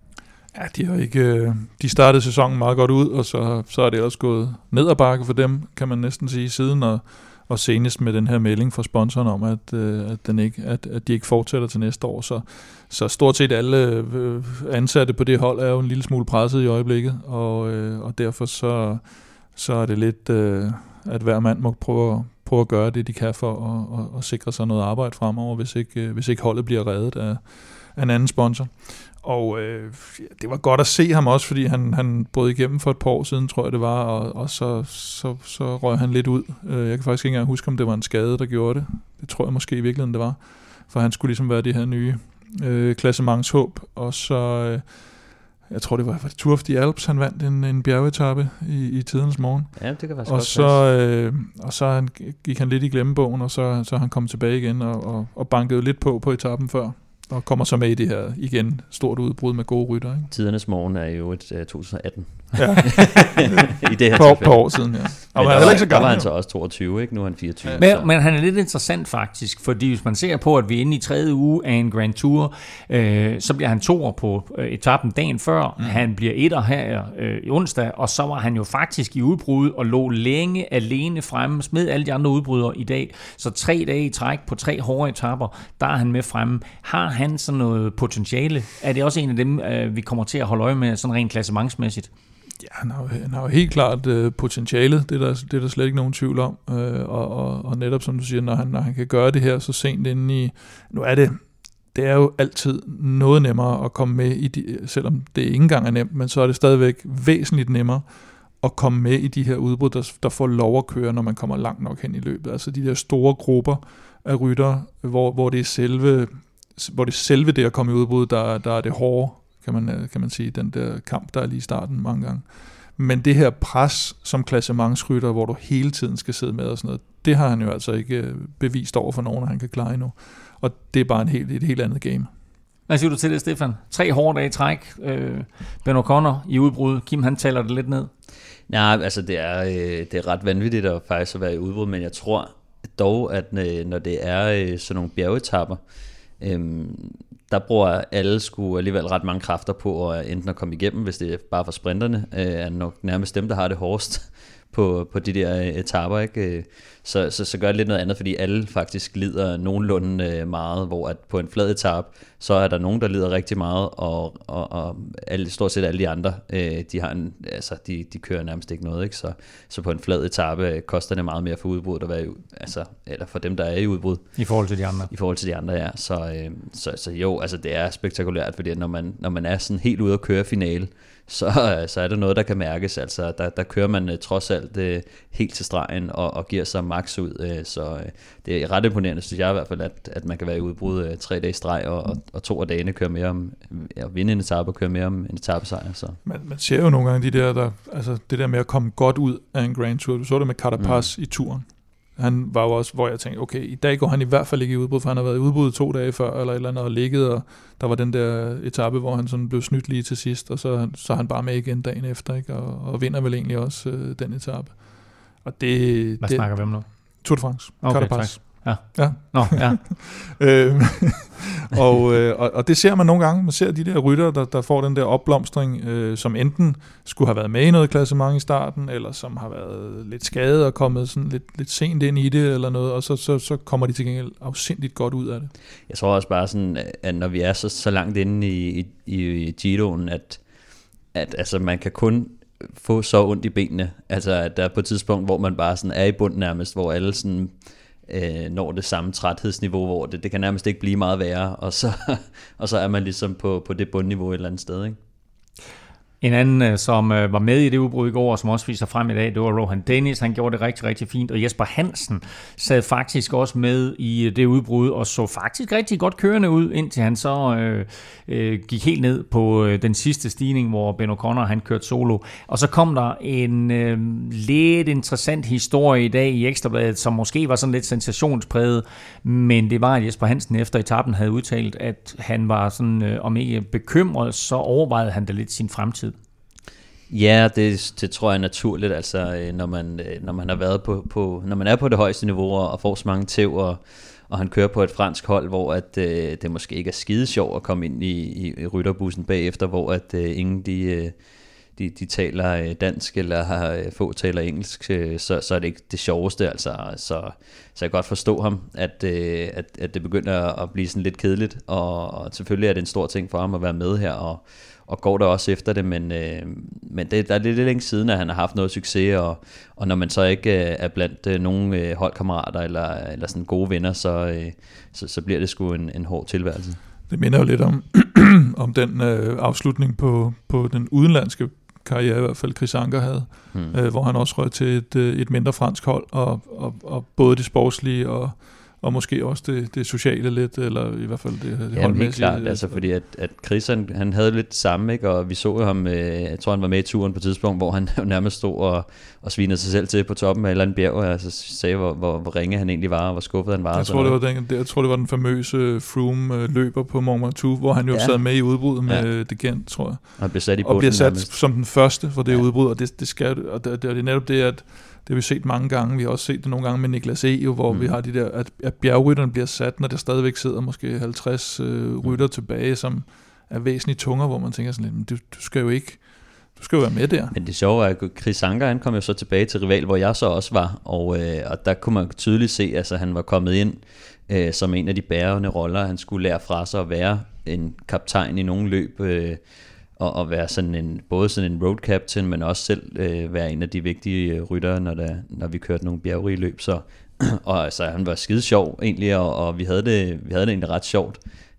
Ja, de startede sæsonen meget godt ud, og så er det også gået ned ad bakke for dem, kan man næsten sige, siden, og senest med den her melding fra sponsoren om, at de ikke fortsætter til næste år. Så stort set alle ansatte på det hold er jo en lille smule presset i øjeblikket, og derfor så er det lidt, at hver mand må prøve at gøre det, de kan for at sikre sig noget arbejde fremover, hvis ikke holdet bliver reddet af en anden sponsor. Og det var godt at se ham også, fordi han brød igennem for et par år siden, tror jeg det var, og så røg han lidt ud. Jeg kan faktisk ikke engang huske, om det var en skade, der gjorde det. Det tror jeg måske i virkeligheden, det var. For han skulle ligesom være det her nye klassementshåb. Og så, jeg tror det var Tour of the Alps, han vandt en bjergetappe i tidernes morgen. Ja, det kan være godt. Og så gik han lidt i glemmebogen, og så han kom tilbage igen og bankede lidt på etappen før. Og kommer så med i det her igen stort udbrud med gode rytter, ikke? Tidernes morgen er jo 2018. Ja. I det her par år siden, ja. Og der var han så også 22, ikke? Nu er han 24. Ja. Men han er lidt interessant faktisk, fordi hvis man ser på, at vi er inde i 3. uge af en Grand Tour, så bliver han 2'er på etappen dagen før. Han bliver 1'er her i onsdag, og så var han jo faktisk i udbrud og lå længe alene fremme med alle de andre udbrydere i dag. Så 3 dage i træk på 3 hårde etapper, der er han med fremme. Har han sådan noget potentiale? Er det også en af dem, vi kommer til at holde øje med, sådan rent klassementsmæssigt? Ja, han har jo helt klart potentialet, det er der slet ikke nogen tvivl om, og netop som du siger, når han kan gøre det her så sent inde i, nu er det er jo altid noget nemmere at komme med i selvom det ikke engang er nemt, men så er det stadigvæk væsentligt nemmere at komme med i de her udbrud, der får lov at køre, når man kommer langt nok hen i løbet. Altså de der store grupper af rytter, hvor det er selve det at komme i udbrud, der er det hårde, kan man sige, den der kamp, der er lige i starten mange gange. Men det her pres som klassementsrytter, hvor du hele tiden skal sidde med og sådan noget, det har han jo altså ikke bevist over for nogen, at han kan klare endnu. Og det er bare et helt andet game. Hvad siger du til det, Stefan? 3 hårde dage i træk. Ben O'Connor i udbrud. Kim, han taler det lidt ned. Nej, altså det er ret vanvittigt at faktisk at være i udbrud, men jeg tror dog, at når det er sådan nogle bjergetapper, der bruger alle sgu alligevel ret mange kræfter på at enten at komme igennem, hvis det er bare for sprinterne, er nok nærmest dem, der har det hårdest på de der etaper, ikke? Så gør det lidt noget andet, fordi alle faktisk lider nogenlunde meget, hvor at på en flad etape, så er der nogen, der lider rigtig meget, og stort set alle de andre, de kører nærmest ikke noget, ikke? Så på en flad etape koster det meget mere for udbrud at være eller for dem, der er i udbrud. I forhold til de andre. I forhold til de andre, ja. Så jo, altså det er spektakulært, fordi når man er sådan helt ude at køre finale, så er der noget, der kan mærkes. Altså, der kører man trods alt helt til stregen og giver sig max ud. Så det er ret imponerende, synes jeg i hvert fald, at man kan være i udbrud 3 dage i streg, og 2 af dagene kører mere om at vinde en etape og køre mere om en etapesejr. Så. Man ser jo nogle gange det der med at komme godt ud af en Grand Tour. Du så det med Carapaz i turen. Han var jo også, hvor jeg tænkte, okay, i dag går han i hvert fald ikke i udbrud, for han har været i udbrud 2 dage før, eller et eller andet, og ligget, og der var den der etape, hvor han sådan blev snydt lige til sidst, og så er han bare med igen dagen efter, ikke? Og vinder vel egentlig også den etape. Og Hvad snakker vi om nu? Tour de France. Okay, Carapaz. Ja. Nå, ja. og det ser man nogle gange. Man ser de der rytter, der får den der opblomstring, som enten skulle have været med i noget klassement i starten, eller som har været lidt skadet og kommet sådan lidt sent ind i det, eller noget, og så kommer de til gengæld afsindigt godt ud af det. Jeg tror også bare sådan, at når vi er så langt inde i Giroen, at altså man kan kun få så ondt i benene. Altså at der er på et tidspunkt, hvor man bare sådan er i bund nærmest, hvor alle sådan når det samme træthedsniveau, hvor det kan nærmest ikke blive meget værre, og så er man ligesom på det bundniveau et eller andet sted, ikke? En anden, som var med i det udbrud i går, og som også viser frem i dag, det var Rohan Dennis. Han gjorde det rigtig, rigtig fint. Og Jesper Hansen sad faktisk også med i det udbrud, og så faktisk rigtig godt kørende ud, indtil han så gik helt ned på den sidste stigning, hvor Ben O'Connor han kørte solo. Og så kom der en lidt interessant historie i dag i Ekstrabladet, som måske var sådan lidt sensationspræget, men det var, at Jesper Hansen efter etappen havde udtalt, at han var sådan, om ikke bekymret, så overvejede han da lidt sin fremtid. Ja, det tror jeg er naturligt, altså når man har været når man er på det højeste niveau og får så mange tæv, og han kører på et fransk hold, hvor at det måske ikke er skide sjovt at komme ind i rytterbussen bagefter, hvor at ingen de taler dansk eller har få taler engelsk, så er det ikke det sjoveste, altså så jeg kan godt forstå ham, at det begynder at blive sådan lidt kedeligt, og selvfølgelig er det en stor ting for ham at være med her, og går der også efter det, men der er lidt længe siden, at han har haft noget succes, og når man så ikke er blandt nogle holdkammerater eller sådan gode venner, så bliver det sgu en hård tilværelse. Det minder jo lidt om den afslutning på den udenlandske karriere, i hvert fald Chris Anker havde, hvor han også røg til et mindre fransk hold, og både det sportslige og måske også det sociale lidt, eller i hvert fald det holdmæssige. Helt klart, altså fordi at Chris, han havde lidt samme, ikke? Og vi så jo ham, jeg tror han var med i turen på et tidspunkt, hvor han nærmest stod og svinede sig selv til på toppen af et eller andet bjerg, og altså sagde, hvor ringe han egentlig var, og hvor skuffet han var. Jeg tror, det var den famøse Froome løber på Mont Ventoux, hvor han jo sad med i udbruddet med De Gent, tror jeg. Og blev sat i bunden. Og bliver sat som den første for det udbrud, og det skal, og det er netop det, at det har vi set mange gange. Vi har også set det nogle gange med Niklas E., hvor vi har de der, at bjergrytterne bliver sat, når der stadigvæk sidder måske 50 rytter tilbage, som er væsentligt tungere, hvor man tænker sådan lidt, men du skal jo være med der. Men det sjove er, at Chris Anker, han kom jo så tilbage til rival, hvor jeg så også var, og der kunne man tydeligt se, altså han var kommet ind som en af de bærende roller. Han skulle lære fra sig at være en kaptajn i nogle løb, og være sådan både sådan en road captain, men også selv være en af de vigtige ryttere, når vi kørte nogle bjergrige løb. Og altså, han var skide sjov egentlig, og vi havde det egentlig ret sjovt.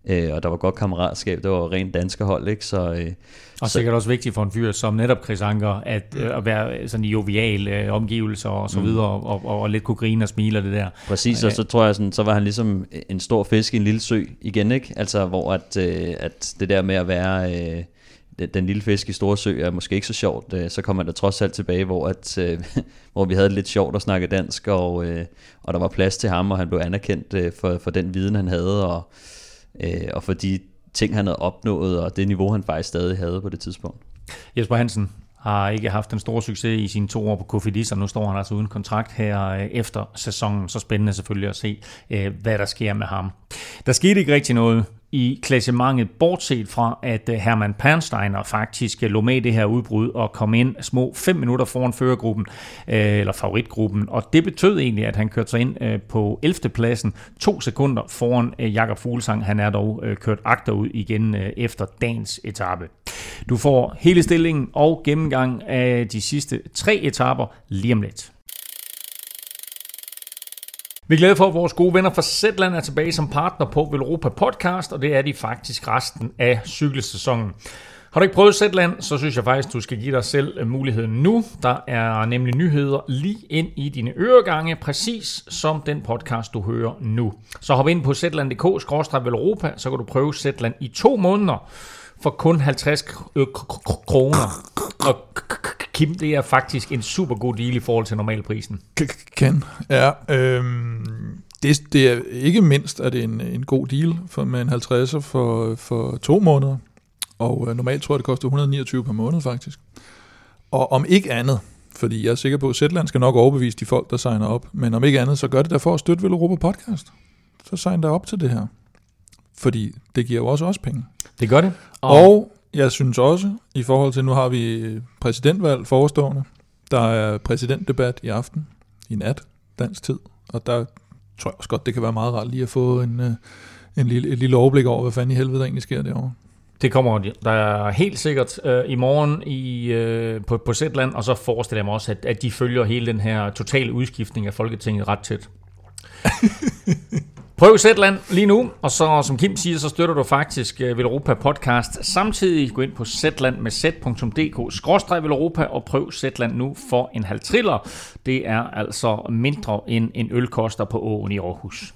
og der var godt kammeratskab, det var rent danske hold, ikke? Og sikkert også vigtigt for en fyr som netop Chris Anker, at være sådan i jovial omgivelser og så videre, og lidt kunne grine og smile og det der. Præcis, og så tror jeg, så var han ligesom en stor fisk i en lille sø igen, ikke? Altså, hvor at det der med at være den lille fisk i store sø er måske ikke så sjovt, så kommer man da trods alt tilbage, hvor vi havde det lidt sjovt at snakke dansk, og der var plads til ham, og han blev anerkendt for den viden, han havde, og for de ting, han havde opnået, og det niveau, han faktisk stadig havde på det tidspunkt. Jesper Hansen har ikke haft den store succes i sine 2 år på Cofidis, og nu står han altså uden kontrakt her efter sæsonen. Så spændende selvfølgelig at se, hvad der sker med ham. Der skete ikke rigtig noget i klassementet, bortset fra, at Hermann Pernsteiner faktisk lå med i det her udbrud og kom ind små 5 minutter foran førergruppen, eller favoritgruppen, og det betød egentlig, at han kørte sig ind på 11. pladsen, 2 sekunder foran Jakob Fuglsang. Han er dog kørt agterud igen efter dagens etape. Du får hele stillingen og gennemgang af de sidste 3 etaper lige om lidt. Vi er glade for, at vores gode venner fra Zetland er tilbage som partner på Velropa Podcast, og det er de faktisk resten af cykelsæsonen. Har du ikke prøvet Zetland, så synes jeg faktisk, du skal give dig selv muligheden nu. Der er nemlig nyheder lige ind i dine øregange, præcis som den podcast, du hører nu. Så hop ind på zetland.dk/Velropa, så kan du prøve Zetland i 2 måneder for kun 50 kroner. Og Kim, det er faktisk en super god deal i forhold til normalprisen. Ja, det er ikke mindst, at det er en god deal med en 50'er for 2 måneder. Og normalt tror jeg, det koster 129 per måned faktisk. Og om ikke andet, fordi jeg er sikker på, at Zetland skal nok overbevise de folk, der signer op, men om ikke andet, så gør det der for at støtte Velropa Podcast. Så sign der op til det her. Fordi det giver jo også os penge. Det gør det. Og jeg synes også, i forhold til, nu har vi præsidentvalg forestående, der er præsidentdebat i aften, i nat, dansk tid, og der tror jeg også godt, det kan være meget rart lige at få et lille overblik over, hvad fanden i helvede der egentlig sker derovre. Det kommer der er helt sikkert i morgen på Zetland, og så forestiller jeg mig også, at de følger hele den her totale udskiftning af Folketinget ret tæt. Prøv Zetland lige nu, og så som Kim siger, så støtter du faktisk Velropa Podcast. Samtidig gå ind på Zetland med z.dk/Velropa og prøv Zetland nu for en halv triller. Det er altså mindre end en øl koster på åen i Aarhus.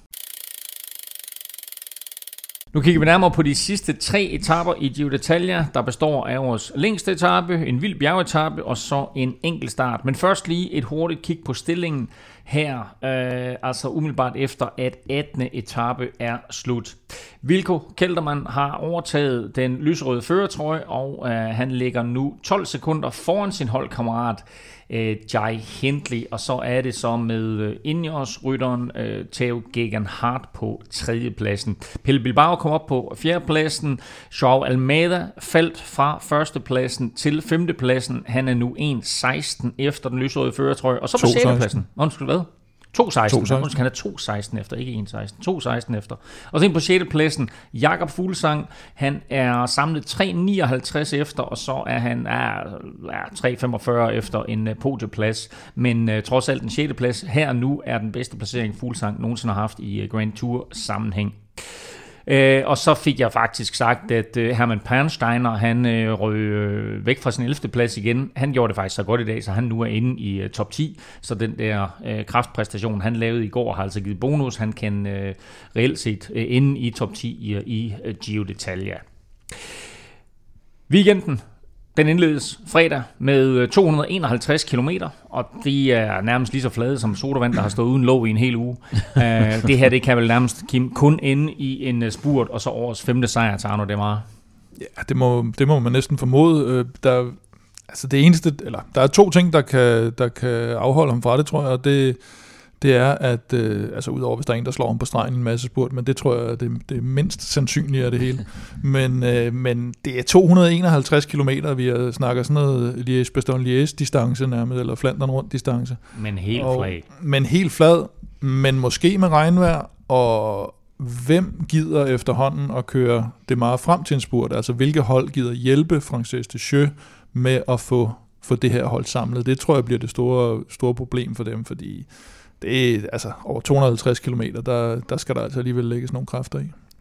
Nu kigger vi nærmere på de sidste 3 etaper i Giro d'Italia, der består af vores længste etape, en vild bjergetape og så en enkeltstart. Men først lige et hurtigt kig på stillingen her, altså umiddelbart efter at 18. etape er slut. Wilco Kelderman har overtaget den lyserøde førertrøje, og han ligger nu 12 sekunder foran sin holdkammerat Jai Hindley, og så er det så med Ineos-rytteren Theo Geoghegan Hart på 3. pladsen. Pelle Bilbao kom op på 4. pladsen. Joao Almeida faldt fra 1. pladsen til 5. pladsen. Han er nu 1.16 efter den lyserøde førertrøje, og så på 6. pladsen. Undskyld, hvad? 2.16. Han er 2.16 efter, ikke 1.16. 2.16 efter. Og så ind på 6. pladsen, Jakob Fuglsang. Han er samlet 3.59 efter, og så er han 3.45 efter en podieplads. Men trods alt den 6. plads her nu er den bedste placering Fuglsang nogensinde har haft i Grand Tour sammenhæng. Og så fik jeg faktisk sagt, at Hermann Pernsteiner, han røg væk fra sin 11. plads igen. Han gjorde det faktisk så godt i dag, så han nu er inde i top 10. Så den der kraftpræstation, han lavede i går, har altså givet bonus. Han kan reelt set inde i top 10 i Giro d'Italia. Weekenden, den indledes fredag med 251 km, og de er nærmest lige så flade som sodavand, der har stået uden låg i en hel uge. Det her, det kan vel nærmest, Kim, kun ende i en spurt, og så årets 5. sejr til Arnaud Démare. Ja, det må man næsten formode. Der er 2 ting, der kan afholde ham fra det, tror jeg, og det er, at udover hvis der er en, der slår ham på stregen en masse spurt, men det tror jeg, det er mindst sandsynligt af det hele. Men det er 251 kilometer, vi snakker sådan noget Liège-Bastogne-Liège distance nærmest, eller Flandern rundt distance. Men helt flad, men måske med regnvejr, og hvem gider efterhånden at køre det meget frem til en spurt? Altså hvilke hold gider hjælpe Frances Deschamps med at få det her hold samlet? Det tror jeg bliver det store problem for dem, fordi det er over 250 km, der skal der altså alligevel lægges nogle kræfter i.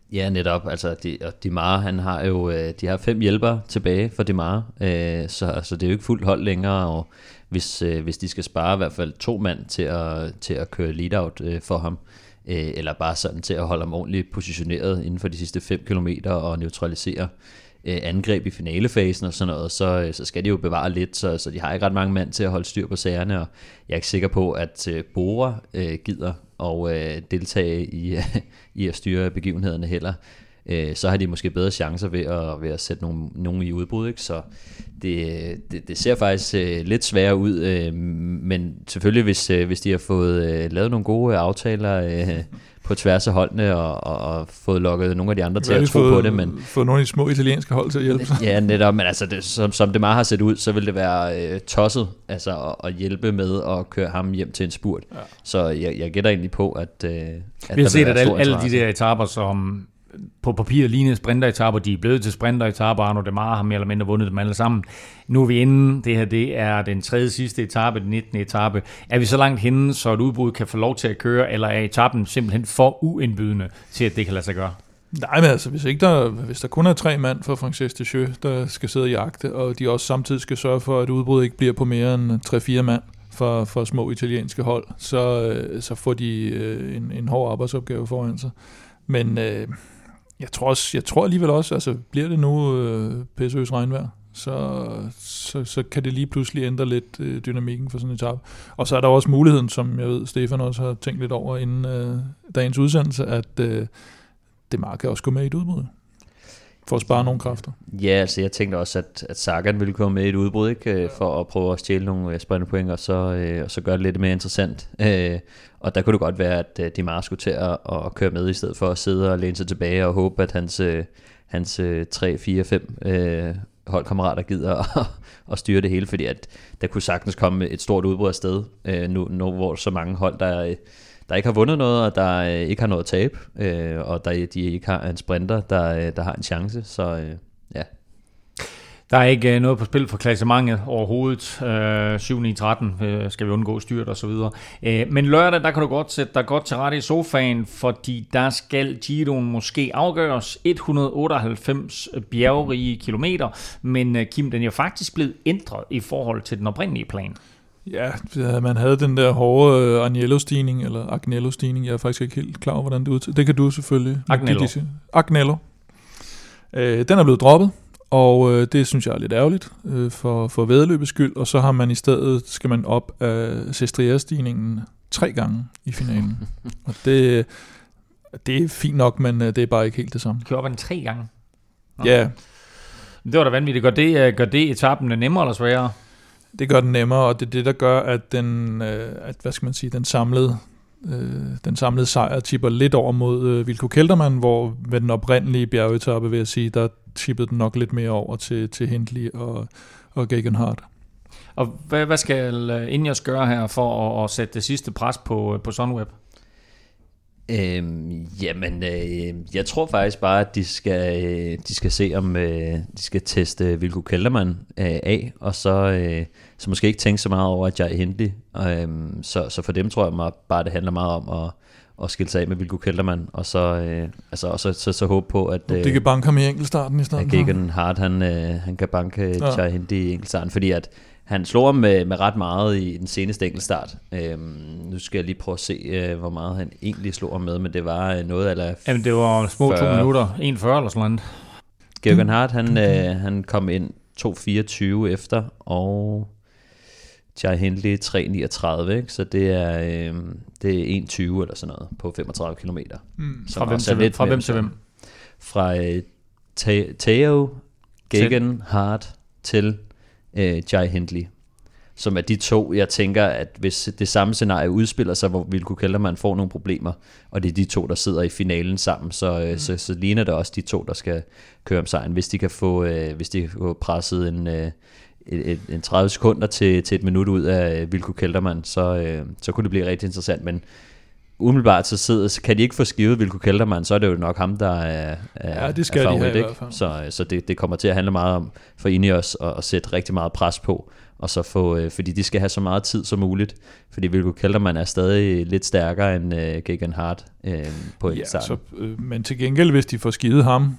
Ja, netop. Altså, Demare, han har jo, de har 5 hjælpere tilbage for Demare, så det er jo ikke fuldt hold længere, og hvis de skal spare i hvert fald 2 mand til at køre lead-out for ham, eller bare sådan til at holde ham ordentligt positioneret inden for de sidste 5 kilometer og neutralisere angreb i finalefasen og sådan noget, så skal de jo bevare lidt, så de har ikke ret mange mand til at holde styr på sagerne, og jeg er ikke sikker på, at Bora gider og deltage i at styre begivenhederne heller. Så har de måske bedre chancer ved at sætte nogen i udbrud, ikke? Så det ser faktisk lidt sværere ud, men selvfølgelig hvis de har fået lavet nogle gode aftaler på tværs af holdene og fået lukket nogle af de andre til at tro på det, men fået nogle af de små italienske hold til at hjælpe sig. Ja, netop, men altså som det meget har set ud, så vil det være tosset altså at hjælpe med at køre ham hjem til en spurt. Ja. Så jeg gætter egentlig på at vi har set, at alle de der etaper, som på papir lignende sprinteretapper, de er blevet til sprinteretapper, og Demare har mere eller mindre vundet dem alle sammen. Nu er vi inde, det er den 3. sidste etape, den 19. etape. Er vi så langt henne, så et udbrud kan få lov til at køre, eller er etappen simpelthen for uindbydende til, at det kan lade sig gøre? Nej, men altså, hvis der kun er 3 mand fra Frances Deschaux, der skal sidde og jagte, og de også samtidig skal sørge for, at udbruddet ikke bliver på mere end 3-4 mand for små italienske hold, så får de en hård arbejdsopgave foran sig. Men jeg tror alligevel også, altså bliver det nu pæsøs regnvejr, så kan det lige pludselig ændre lidt dynamikken for sådan en etape. Og så er der også muligheden, som jeg ved, Stefan også har tænkt lidt over inden dagens udsendelse, at Demare kan også gå med i et udbrud for at spare nogle kræfter. Ja, altså jeg tænkte også, at Sagan ville komme med i et udbrud, ikke? For at prøve at stjæle nogle sprinterpoint, og så gøre det lidt mere interessant. Og der kunne det godt være, at Demare skulle til at køre med, i stedet for at sidde og læne sig tilbage og håbe, at hans 3, 4, 5 holdkammerater gider at styre det hele, fordi at der kunne sagtens komme et stort udbrud afsted, nu hvor så mange hold, der ikke har vundet noget, og der ikke har noget at tabe, og de ikke har en sprinter, der har en chance, så ja. Der er ikke noget på spil for klassementet overhovedet. 7-9-13 skal vi undgå styrt og så videre. Men lørdag, der kan du godt sætte dig godt til rette i sofaen, fordi der skal Giroen måske afgøres. 198 bjergerige kilometer, men Kim, den er jo faktisk blevet ændret i forhold til den oprindelige plan. Ja, man havde den der hårde Agnello-stigning, eller Agnello-stigning, jeg er faktisk ikke helt klar over, hvordan det udtaler. Det kan du selvfølgelig. Agnello. Den er blevet droppet, og det synes jeg er lidt ærgerligt for væddeløbets skyld, og så har man i stedet, skal man op af Sestriere-stigningen 3 gange i finalen. Og det er fint nok, men det er bare ikke helt det samme. Kører op af den 3 gange? Ja. Det var da vanvittigt. Gør det etappen nemmere eller sværere? Det gør den nemmere, og det er det, der gør, at den samlede sejr tipper lidt over mod Wilco Kelderman, hvor ved den oprindelige bjergetappe, vil jeg sige, der tippede den nok lidt mere over til Hindley og Gegenhardt. Og hvad skal Ineos gøre her for at sætte det sidste pres på Sunweb? Jeg tror faktisk bare, at de skal se, om de skal teste Wilco Kelderman af, og så måske ikke tænke så meget over Jai Hindley. Så for dem tror jeg bare, det handler meget om at skille sig af med Wilco Kelderman, og så håbe på, at de kan banke ham i enkeltstarten i stedet. At Gegenhardt, han kan banke Jai Hindley i enkeltstarten, fordi at han slog ham med ret meget i den seneste enkeltstart. Nu skal jeg lige prøve at se, hvor meget han egentlig slog ham med, men det var noget eller... Jamen, det var små 2 minutter, 1,40 eller sådan noget. Gegenhardt, han kom ind 2.24 efter, og Jai Hindley 3.39, ikke? Så det er 1.20 eller sådan noget på 35 kilometer. Fra hvem til hvem? Fra Theo Gegenhardt til Jai Hindley, som er de to, jeg tænker, at hvis det samme scenarie udspiller sig, hvor Wilco Kelderman får nogle problemer, og det er de to, der sidder i finalen sammen, så ligner det også de to, der skal køre om sejren. Hvis de kan få presset en 30 sekunder til et minut ud af Wilco Kelderman, så kunne det blive rigtig interessant, men umiddelbart så kan de ikke få skivet Wilco Kelderman, så er det jo nok ham, der er det skal favorit, de have, ikke? i hvert fald. Så det kommer til at handle meget om for Ineos at sætte rigtig meget pres på, og så få, fordi de skal have så meget tid som muligt, fordi Wilco Kelderman er stadig lidt stærkere end Geoghegan Hart på starten. Men til gengæld, hvis de får skidet ham,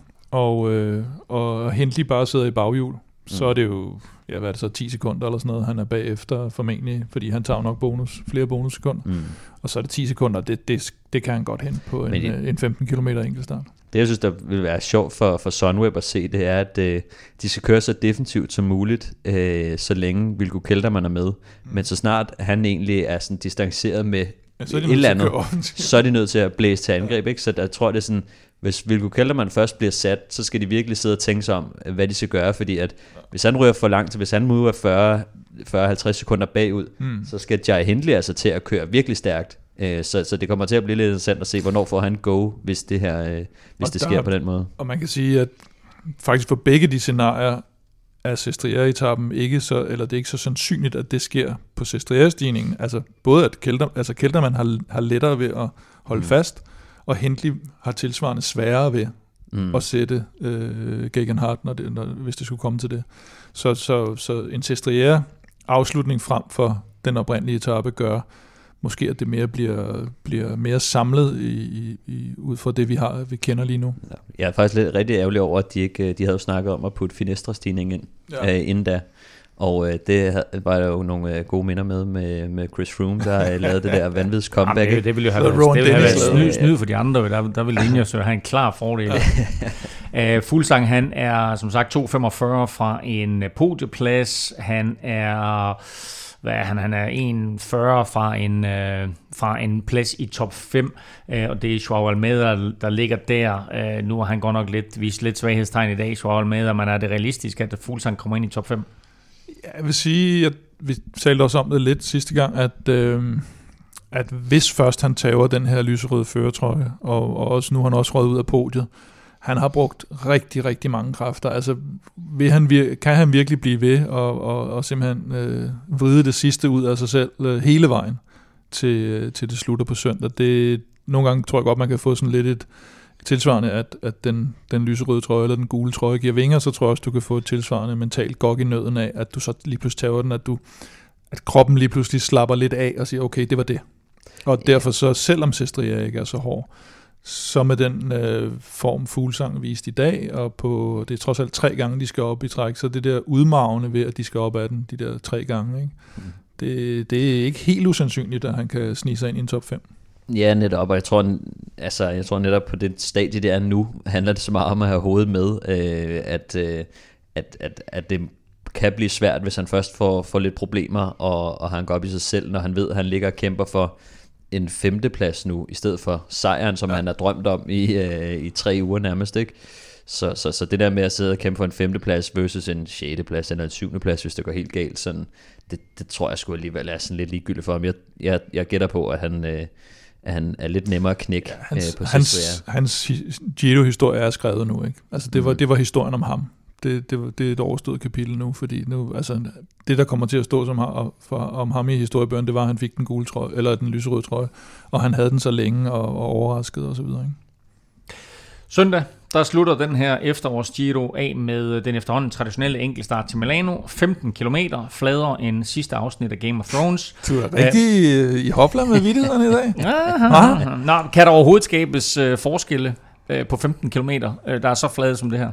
og Hindley bare sidder i baghjul, så er det jo, hvad er det så, 10 sekunder eller sådan noget, han er bagefter formentlig, fordi han tager nok flere bonussekunder. Og så er det 10 sekunder, det kan han godt hente på en 15 km enkeltstart. Det, jeg synes, der vil være sjovt for Sunweb at se, det er, at de skal køre så defensivt som muligt, så længe Wilco Kelderman er med. Men så snart han egentlig er sådan distanceret med et eller andet, så er de nødt til at blæse til angreb. Ikke? Så jeg tror, det er sådan, hvis Wilco Kelderman først bliver sat, så skal de virkelig sidde og tænke sig om, hvad de skal gøre, fordi at hvis han ryger for langt, hvis han må være 40-50 sekunder bagud, så skal Jai Hindley altså til at køre virkelig stærkt. Så det kommer til at blive lidt interessant at se, hvornår får han go, hvis det sker på den måde. Og man kan sige, at faktisk for begge de scenarier er Sestriere-etappen ikke så, eller det er ikke så sandsynligt, at det sker på Sestriere-stigningen. Altså både at Kelderman har lettere ved at holde fast, og Hindley har tilsvarende sværere ved at sætte Geoghegan Hart, hvis det skulle komme til det. Så en Sestriere afslutning frem for den oprindelige etape gør måske, at det mere bliver mere samlet ud fra det, vi kender lige nu. Ja, jeg er faktisk lidt rigtig ærgerlig over, at de havde jo snakket om at putte Finestre-stigningen ind inden da. Og det var der jo nogle gode minder med Chris Froome, der lavede det der vanvittige comeback. Det ville jo have været snyd for de andre. Der ville Ineos have en klar fordel. Fuglsang, han er som sagt 2.45 fra en podieplads. Han er... Han er 1.40 fra en plads i top 5, og det er Joao Almeida, der ligger der. Nu har han godt nok vist lidt svaghedstegn i dag, Joao Almeida, men er det realistisk, at Fuglsang kommer ind i top 5? Jeg vil sige, at vi talte også om det lidt sidste gang, at hvis først han tager den her lyserøde førertrøje, og også nu har han også røget ud af podiet, han har brugt rigtig, rigtig mange kræfter. Altså, kan han virkelig blive ved og simpelthen vride det sidste ud af sig selv hele vejen til det slutter på søndag? Nogle gange tror jeg godt, man kan få sådan lidt et tilsvarende, at den lyserøde trøje eller den gule trøje giver vinger, så tror jeg også, du kan få et tilsvarende mentalt gok i nøden af, at du så lige pludselig tager den, at kroppen lige pludselig slapper lidt af og siger, okay, det var det. Og derfor så, selvom Sestriere ikke er så hård, så med den form Fuglsang vist i dag, og det er trods alt 3 gange, de skal op i træk, så det der udmavne ved, at de skal op af den, de der 3 gange, ikke? Det er ikke helt usandsynligt, at han kan snige sig ind i en top 5. Ja, netop, og jeg tror netop på det stadie, det er nu, handler det så meget om at have hovedet med, at det kan blive svært, hvis han først får lidt problemer, og han går op i sig selv, når han ved, at han ligger og kæmper for en 5. plads nu, i stedet for sejren, som han har drømt om i 3 uger nærmest, ikke? Så det der med at sidde og kæmpe for en 5. plads versus en 6. plads eller en 7. plads, hvis det går helt galt, sådan, det tror jeg sgu alligevel er sådan lidt ligegyldigt for ham. Jeg gætter på, at han er lidt nemmere at knække på hans Giro-historie er skrevet nu, ikke? Altså det var historien om ham. Det er et overstået kapitel nu, fordi nu, altså, det der kommer til at stå om ham i historiebøgerne, det var, at han fik den gule trøje, eller den lyserøde trøje, og han havde den så længe og overrasket og så videre, ikke? Søndag, der slutter den her efterårs Giro af med den efterhånden traditionelle enkeltstart til Milano. 15 kilometer, fladere end sidste afsnit af Game of Thrones. Du er rigtig i hopla med vittighederne i dag. Nå, kan der overhovedet skabes forskelle på 15 kilometer, der er så flade som det her?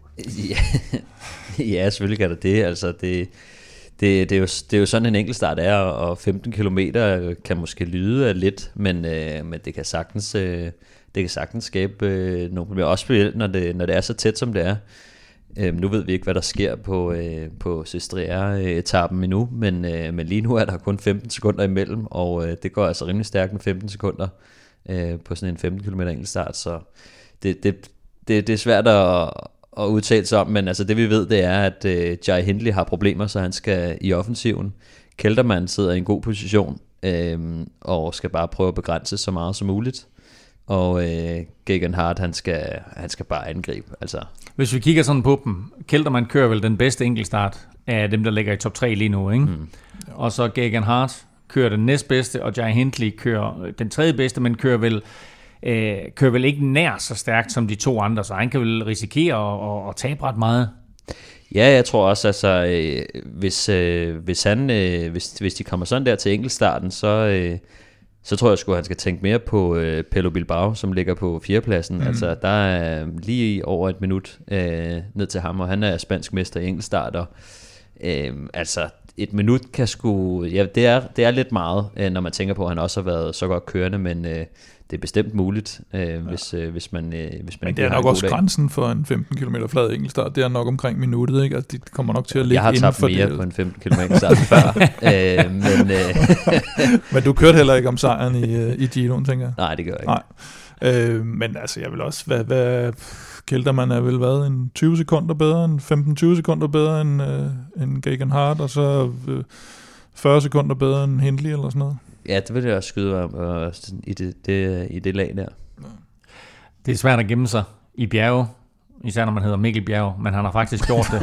Ja, selvfølgelig kan der det. Altså, det er jo sådan en enkeltstart er, og 15 kilometer kan måske lyde af lidt, men det kan sagtens skabe nogle problemer, også specielt når det er så tæt som det er. Nu ved vi ikke, hvad der sker på Sestriere-etappen endnu, men lige nu er der kun 15 sekunder imellem, og det går altså rimelig stærkt med 15 sekunder på sådan en 15 km enkeltstart, så det er svært at udtale sig om, men altså det vi ved, det er, at Jai Hindley har problemer, så han skal i offensiven. Kelderman sidder i en god position, og skal bare prøve at begrænse så meget som muligt. Og Geoghegan Hart, han skal bare angribe. Altså. Hvis vi kigger sådan på dem, Kelderman kører vel den bedste enkeltstart af dem, der ligger i top 3 lige nu, ikke? Og så Geoghegan Hart, kører den næstbedste, og Jai Hindley kører den tredje bedste, men kører vel ikke nær så stærkt som de to andre, så han kan vel risikere at tabe ret meget. Ja, jeg tror også, altså, hvis de kommer sådan der til enkeltstarten, så tror jeg sgu, at han skal tænke mere på Pello Bilbao, som ligger på 4. pladsen. Altså, der er lige over et minut ned til ham, og han er spansk mester i enkeltstarter. Altså, et minut kan sgu... Ja, det er lidt meget, når man tænker på, at han også har været så godt kørende, men det er bestemt muligt, hvis man men det er nok også grænsen for en 15 km flad enkeltstart. Det er nok omkring minuttet, ikke? Altså, de kommer nok til at ligge inden for det. Jeg har tabt mere på en 15 km enkeltstart før. Men du kørte heller ikke om sejren i Giroen, tænker jeg? Nej, det gør jeg ikke. Nej. Men altså, jeg vil også... Hvad Kelterman er vel været en 20 sekunder bedre, en 15-20 sekunder bedre end Geoghegan Hart, og så 40 sekunder bedre end Hindley eller sådan noget. Ja, det vil jeg også skyde i det lag der. Det er svært at gemme sig i bjerge, især når man hedder Mikkel Bjerg, men han har faktisk gjort det.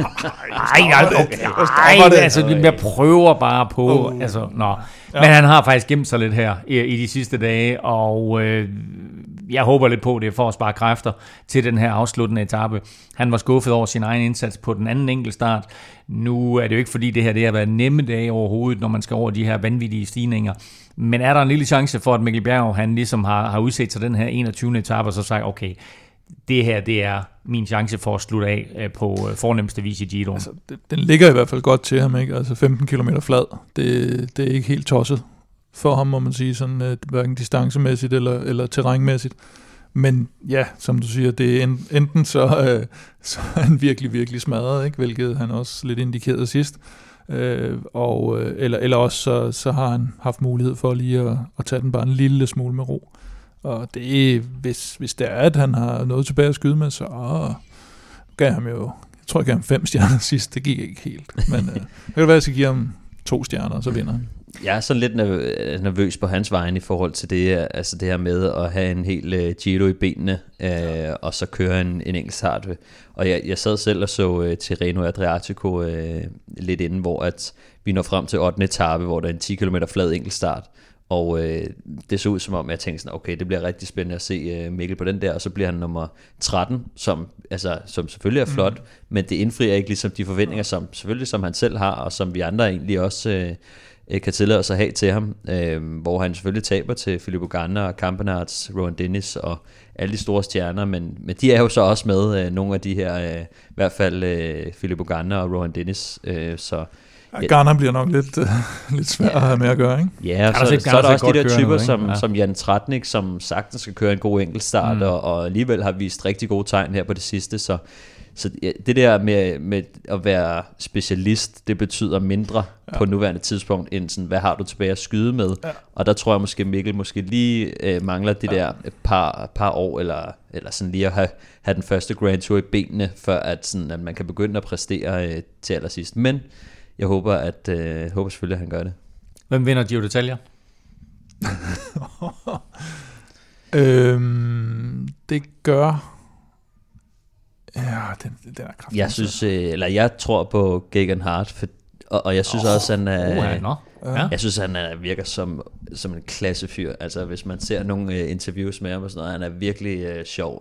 Nej, altså jeg prøver bare på, altså, nå. Men han har faktisk gemt sig lidt her i de sidste dage, og jeg håber lidt på det for at spare kræfter til den her afsluttende etape. Han var skuffet over sin egen indsats på den anden enkeltstart. Nu er det jo ikke fordi det har været nemme dage overhovedet, når man skal over de her vanvittige stigninger. Men er der en lille chance for, at Mikkel Bjerg, han ligesom har udset sig den her 21. etape, og så sagt, okay, det her, det er min chance for at slutte af på fornemmeste vis i Giroen. Altså, den ligger i hvert fald godt til ham, ikke? Altså 15 km flad, det er ikke helt tosset for ham, må man sige, sådan hverken distancemæssigt eller terrænmæssigt. Men ja, som du siger, det er enten så er han virkelig, virkelig smadret, ikke? Hvilket han også lidt indikerede sidst. Eller også så har han haft mulighed for lige at tage den bare en lille smule med ro. Og det er, hvis det er, at han har noget tilbage at skyde med, så gav ham jo, jeg tror, jeg gav ham 5 stjerner sidst. Det gik ikke helt. Men det kan være, at jeg skal give ham 2 stjerner, og så vinder han. Jeg er sådan lidt nervøs på hans vegne i forhold til det, altså det her med at have en hel Giro i benene, og så køre en enkeltstart. Og jeg sad selv og så Tirreno Adriatico lidt inden, hvor at vi når frem til 8. etape, hvor der er en 10 km flad enkeltstart. Og det så ud som om, jeg tænkte sådan, okay, det bliver rigtig spændende at se Mikkel på den der, og så bliver han nummer 13, som selvfølgelig er flot, men det indfrier ikke ligesom de forventninger, som han selv har, og som vi andre egentlig også kan tillade os at have til ham, hvor han selvfølgelig taber til Filippo Ganna og Campenaerts, Rohan Dennis og alle de store stjerner, men de er jo så også med, nogle af de her, i hvert fald Filippo Ganna og Rohan Dennis, så Garner bliver nok lidt svært at have med at gøre, ikke? Ja, så er der også de der typer som Jan Tratnik, som sagtens skal køre en god enkeltstart, og alligevel har vist rigtig gode tegn her på det sidste, så det der med at være specialist, det betyder mindre på nuværende tidspunkt, end sådan, hvad har du tilbage at skyde med? Ja. Og der tror jeg måske, Mikkel lige mangler det der par år, eller sådan lige at have den første Grand Tour i benene, før at man kan begynde at præstere til allersidst. Men jeg håber selvfølgelig, at han gør det. Hvem vinder Giro d'Italia? Det gør... Ja, den er kraftig. Jeg synes, jeg tror på Geoghegan Hart, og jeg synes også, han jeg synes, han virker som en klassefyr. Altså, hvis man ser nogle interviews med ham og sådan noget, han er virkelig sjov.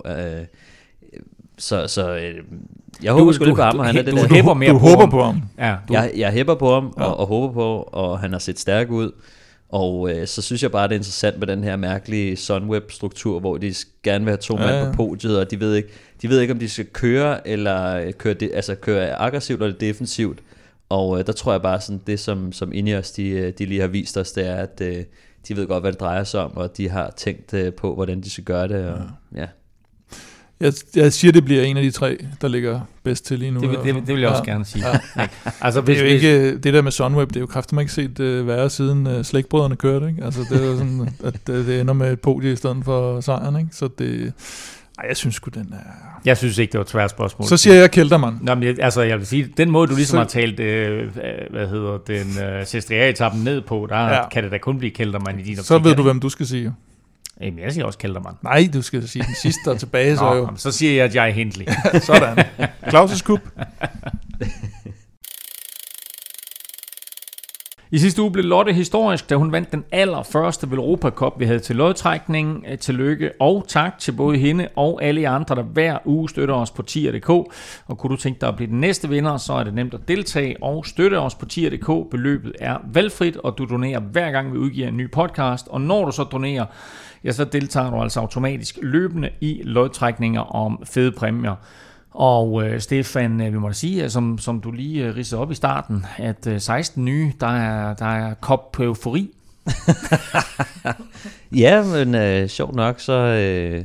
Så jeg håber sgu lidt på ham, og han er det der. Du håber på ham. Ja, jeg hæpper på ham, og håber på, og han har set stærk ud. Og så synes jeg bare, det er interessant med den her mærkelige Sunweb-struktur, hvor de gerne vil have 2 mand på podiet, og de ved ikke, om de skal køre, eller køre aggressivt eller defensivt. Og der tror jeg bare, sådan det som Ineos, de lige har vist os, det er, at de ved godt, hvad det drejer sig om, og de har tænkt på, hvordan de skal gøre det. Og, ja. Jeg siger, det bliver en af de 3, der ligger bedst til lige nu. Det vil jeg også gerne sige. Ja. Altså, det er jo ikke det der med Sunweb, det er jo kraftigt ikke set værre siden slægtbrødrene kørte, ikke? Altså, det er jo sådan, at det ender med et podie i stedet for sejren, ikke? Så det... jeg synes sgu, den er... Jeg synes ikke, det var et svært spørgsmål. Så siger jeg Kelterman. Nå, men jeg vil sige, den måde, du ligesom har talt, Sestria-etappen ned på, der kan det da kun blive Kelterman i din optik. Så ved du, hvem du skal sige. Jamen, jeg siger også Kelterman. Nej, du skal sige den sidste, der er tilbage. Så jo. Så siger jeg Jai Hindley. Sådan. Claus' Cup. I sidste uge blev Lotte historisk, da hun vandt den allerførste Velropa Cup, vi havde til lodtrækning. Tillykke og tak til både hende og alle andre, der hver uge støtter os på tier.dk. Og kunne du tænke dig at blive den næste vinder, så er det nemt at deltage og støtte os på tier.dk. Beløbet er valgfrit, og du donerer hver gang vi udgiver en ny podcast. Og når du så donerer, ja, så deltager du altså automatisk løbende i lodtrækninger om fede præmier. Og Stefan, vi må da sige, som du lige ridsede op i starten, at 16 nye, der er kop på eufori. Ja, men sjovt nok, så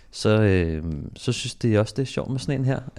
synes det også, det er sjovt med sådan en her.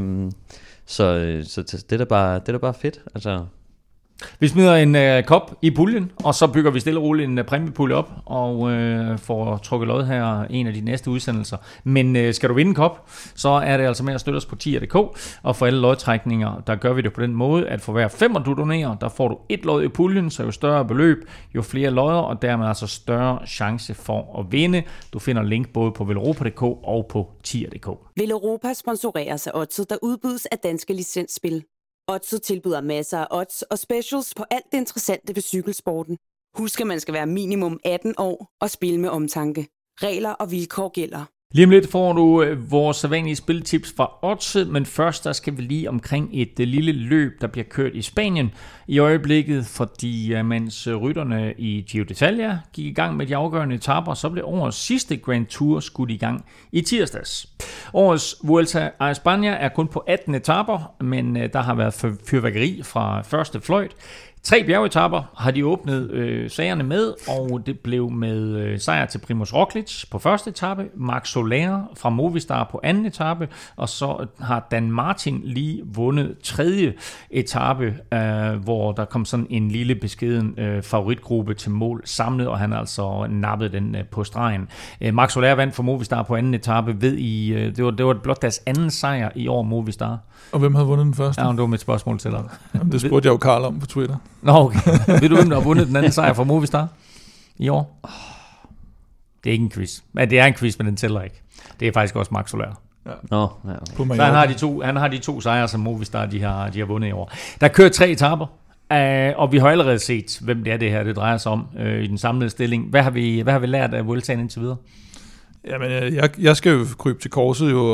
Så det er da bare fedt, altså. Vi smider en kop i puljen, og så bygger vi stille og roligt en præmiepulje op, og får trukket lod her en af de næste udsendelser. Men skal du vinde en kop, så er det altså med at støtte os på tier.dk, og for alle lodtrækninger, der gør vi det på den måde, at for hver 5 du donerer, der får du et lod i puljen, så jo større beløb, jo flere lodder, og dermed altså større chance for at vinde. Du finder link både på velropa.dk og på tier.dk. Velropa sponsoreres af Odset, der udbydes af Danske Licensspil. Odset tilbyder masser af odds og specials på alt det interessante ved cykelsporten. Husk, at man skal være minimum 18 år og spille med omtanke. Regler og vilkår gælder. Lige om lidt får du vores sædvanlige spiltips fra Odset, men først der skal vi lige omkring et lille løb, der bliver kørt i Spanien i øjeblikket, fordi mens rytterne i Giro d'Italia gik i gang med de afgørende etaper, så blev årets sidste Grand Tour skudt i gang i tirsdags. Årets Vuelta a España er kun på 18 etaper, men der har været fyrværkeri fra første fløjt. 3 bjergetapper har de åbnet sagerne med, og det blev med sejr til Primož Roglič på første etape, Marc Soler fra Movistar på anden etape, og så har Dan Martin lige vundet tredje etape, hvor der kom sådan en lille beskeden favoritgruppe til mål samlet, og han altså nappede den på stregen. Marc Soler vandt for Movistar på anden etape, det var blot deres anden sejr i år Movistar. Og hvem havde vundet den første? Ja, det var mit spørgsmål til dig. Jamen, det spurgte jeg jo Karl om på Twitter. Nå, okay. Ved du, hvem der har vundet den anden sejr for Movistar i år? Det er ikke en quiz. Men det er en quiz, men den tæller ikke. Det er faktisk også Marc Soler. Ja. Nå, ja, okay. Så han har de to sejre, som Movistar de har vundet i år. Der kører 3 etaper, og vi har allerede set, hvem det er det her, det drejer sig om i den samlede stilling. Hvad har vi lært af Vueltaen indtil videre? Jamen, jeg skal jo krybe til korset jo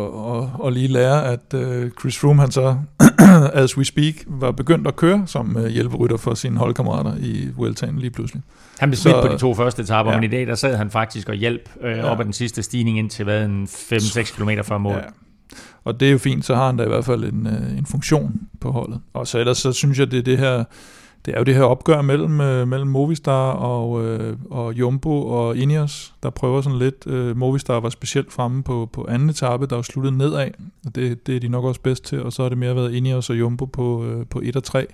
og lige lære, at Chris Froome, han så, as we speak, var begyndt at køre som hjælperytter for sine holdkammerater i Vueltaen lige pludselig. Han blev smidt på de 2 første etaper, men i dag der sad han faktisk og hjalp op ad den sidste stigning ind til 5-6 km før mål. Ja. Og det er jo fint, så har han da i hvert fald en funktion på holdet. Og så ellers så synes jeg, det er jo det her opgør mellem Movistar og Jumbo og Ineos, der prøver sådan lidt. Movistar var specielt fremme på anden etape, der var sluttet nedad, og det er de nok også bedst til, og så har det mere været Ineos og Jumbo på 1 og 3.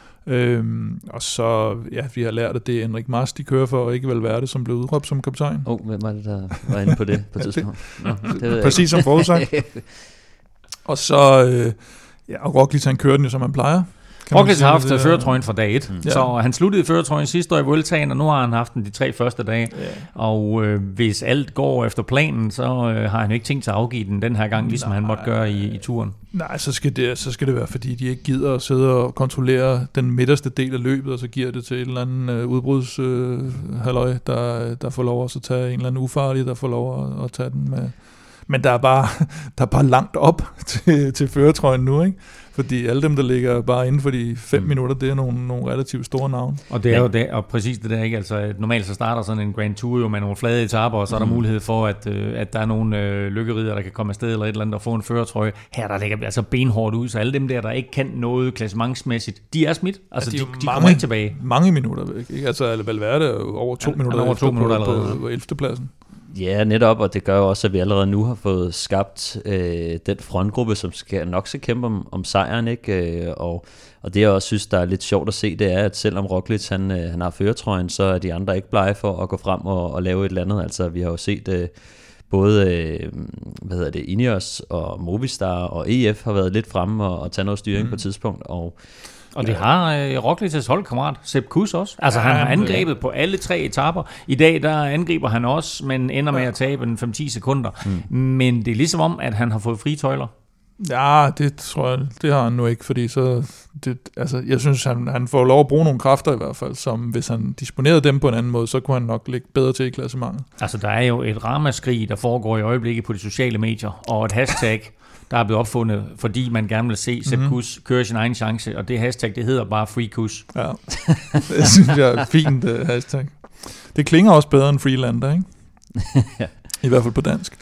Og så, ja, vi har lært, at det er Enric Mas, de kører for, og ikke Valverde, som blev udråbt som kaptajn. Hvem var det, der var inde på det på tidspunkt? Præcis som forudsagt. Og så, og Roglič, han kører den jo, som han plejer. Roglič har haft førertrøjen fra dag 1, så han sluttede førertrøjen sidste år i Vueltaen, og nu har han haft den de 3 første dage. Og hvis alt går efter planen, så har han ikke tænkt sig at afgive den her gang, ligesom han måtte gøre i turen. Nej, så skal det være, fordi de ikke gider at sidde og kontrollere den midterste del af løbet, og så giver det til et eller andet udbrudshalløj, der får lov at tage en eller anden ufarlig, der får lov at tage den med. Men der er bare langt op til førertrøjen nu, ikke? Fordi alle dem, der ligger bare inden for de 5 minutter, det er nogle relativt store navne. Og det er jo det, og præcis det der, ikke? Altså, normalt så starter sådan en Grand Tour jo med nogle flade etaper, og så er der mulighed for, at der er nogle lykkerider, der kan komme afsted eller et eller andet og få en førertrøje. Her der ligger altså benhårdt ud, så alle dem der ikke kan noget klassementsmæssigt, de er smidt. Altså, de kommer ikke tilbage. Mange minutter væk, ikke? Altså, Valverde er jo over 2 minutter på 11. pladsen. Ja, netop, og det gør jo også, at vi allerede nu har fået skabt den frontgruppe, som nok skal kæmpe om sejren, ikke? Og det jeg også synes, der er lidt sjovt at se, det er, at selvom Roglič han har førertrøjen, så er de andre ikke blege for at gå frem og lave et eller andet. Altså, vi har jo set både Ineos og Movistar og EF har været lidt fremme og tage noget styring på et tidspunkt, og det har Roglič's holdkammerat Sepp Kuss også. Altså han har angrebet på alle 3 etaper. I dag der angriber han også, men ender med at tabe 5-10 sekunder. Men det er ligesom om, at han har fået frie tøjler. Ja, det tror jeg, det har han nu ikke, fordi så, jeg synes, han får lov at bruge nogle kræfter i hvert fald, som hvis han disponerede dem på en anden måde, så kunne han nok ligge bedre til i klassementet. Altså, der er jo et ramaskrig, der foregår i øjeblikket på de sociale medier, og et hashtag, der er blevet opfundet, fordi man gerne vil se Sepp Kuss køre sin egen chance, og det hashtag, det hedder bare Free Kuss. Ja, det synes jeg er et fint hashtag. Det klinger også bedre end Freelander, ikke? I hvert fald på dansk.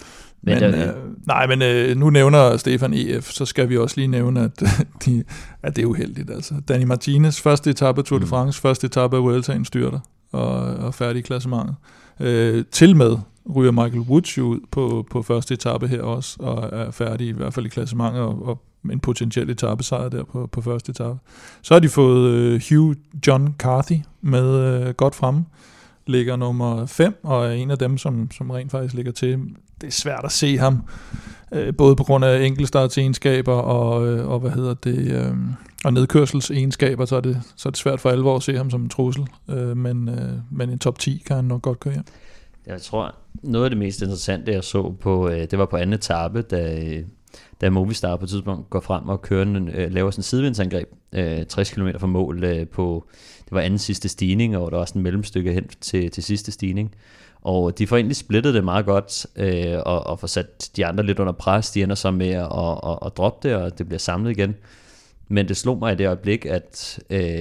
Men nu nævner Stefan EF, så skal vi også lige nævne, at det er uheldigt. Altså. Danny Martinez, første etape af Tour de France, første etape af Vueltaen styrter og færdig i klassementet. Til med ryger Michael Woods ud på første etape her også, og er færdig i hvert fald i klassementet, og en potentiel etapesejr der på første etape. Så har de fået Hugh John Carthy med godt fremme, ligger nummer 5, og er en af dem, som rent faktisk ligger til. Det er svært at se ham, både på grund af enkeltstartsegenskaber og og nedkørselsegenskaber, så er det svært for alvor at se ham som en trussel. Men en top 10 kan han nok godt køre hjem. Jeg tror, noget af det mest interessante, jeg så på, det var på anden etape, da Movistar på et tidspunkt går frem og laver sådan en sidevindsangreb, 60 km fra mål på, det var anden sidste stigning, og der var også en mellemstykke hen til sidste stigning. Og de får egentlig splittet det meget godt, og får sat de andre lidt under pres. De ender så med at droppe det, og det bliver samlet igen. Men det slog mig i det øjeblik, at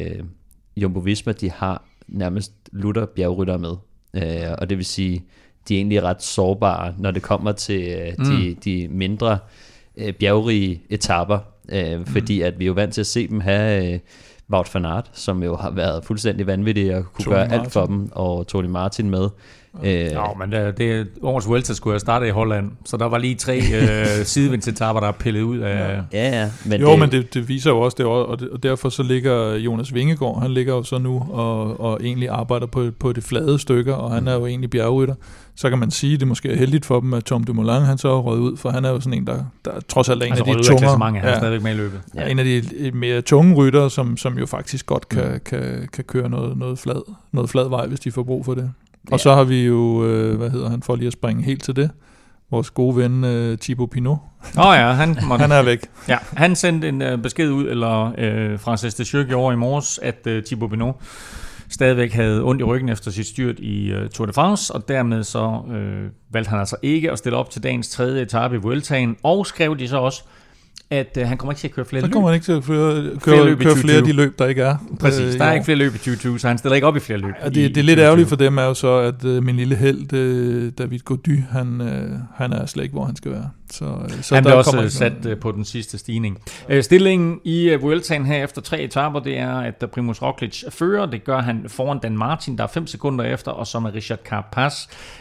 Jumbo Visma, de har nærmest lutter bjergryttere med. Og det vil sige, de er egentlig ret sårbare, når det kommer til de mindre bjergrige etaper. Fordi at vi er jo vant til at se dem have Wout van Aert, som jo har været fuldstændig vanvittig og kunne gøre alt for dem, og Tony Martin med. Men det årets Vuelta skulle have startet i Holland, så der var lige 3 sidevindsetapper, der er pillet ud af... Ja. Men det viser jo også det, og derfor så ligger Jonas Vingegaard, han ligger jo så nu og egentlig arbejder på det flade stykker, og han er jo egentlig bjergrytter. Så kan man sige, at det måske er heldigt for dem, at Tom Dumoulin, han så er røget ud, for han er jo sådan en, der trods alt er en af de tungere... Han er stadigvæk med i løbet. Ja. En af de mere tunge ryttere, som jo faktisk godt kan køre noget flad vej, hvis de får brug for det. Ja. Og så har vi jo, for lige at springe helt til det, vores gode ven Thibaut Pinot. Han er væk. Ja, han sendte en besked ud, eller Francis Deschamps gjorde over i morges, at Thibaut Pinot stadigvæk havde ondt i ryggen efter sit styrt i Tour de France, og dermed så valgte han altså ikke at stille op til dagens 3. etape i Vueltaen, og skrev de så også, at han kommer ikke til at køre flere løb. Han kommer ikke til at køre flere af de løb, der ikke er. Præcis, der er ikke flere løb i 2020, så han stiller ikke op i flere løb. Ja, det er lidt ærgerligt for dem, er jo så, at min lille held, David Gaudu, han er slet ikke, hvor han skal være. Så han blev også sat på den sidste stigning. Stillingen i Vueltaen her efter 3 etaper, det er, at Primož Roglič fører. Det gør han foran Dan Martin, der er 5 sekunder efter, og så med Richard Carapaz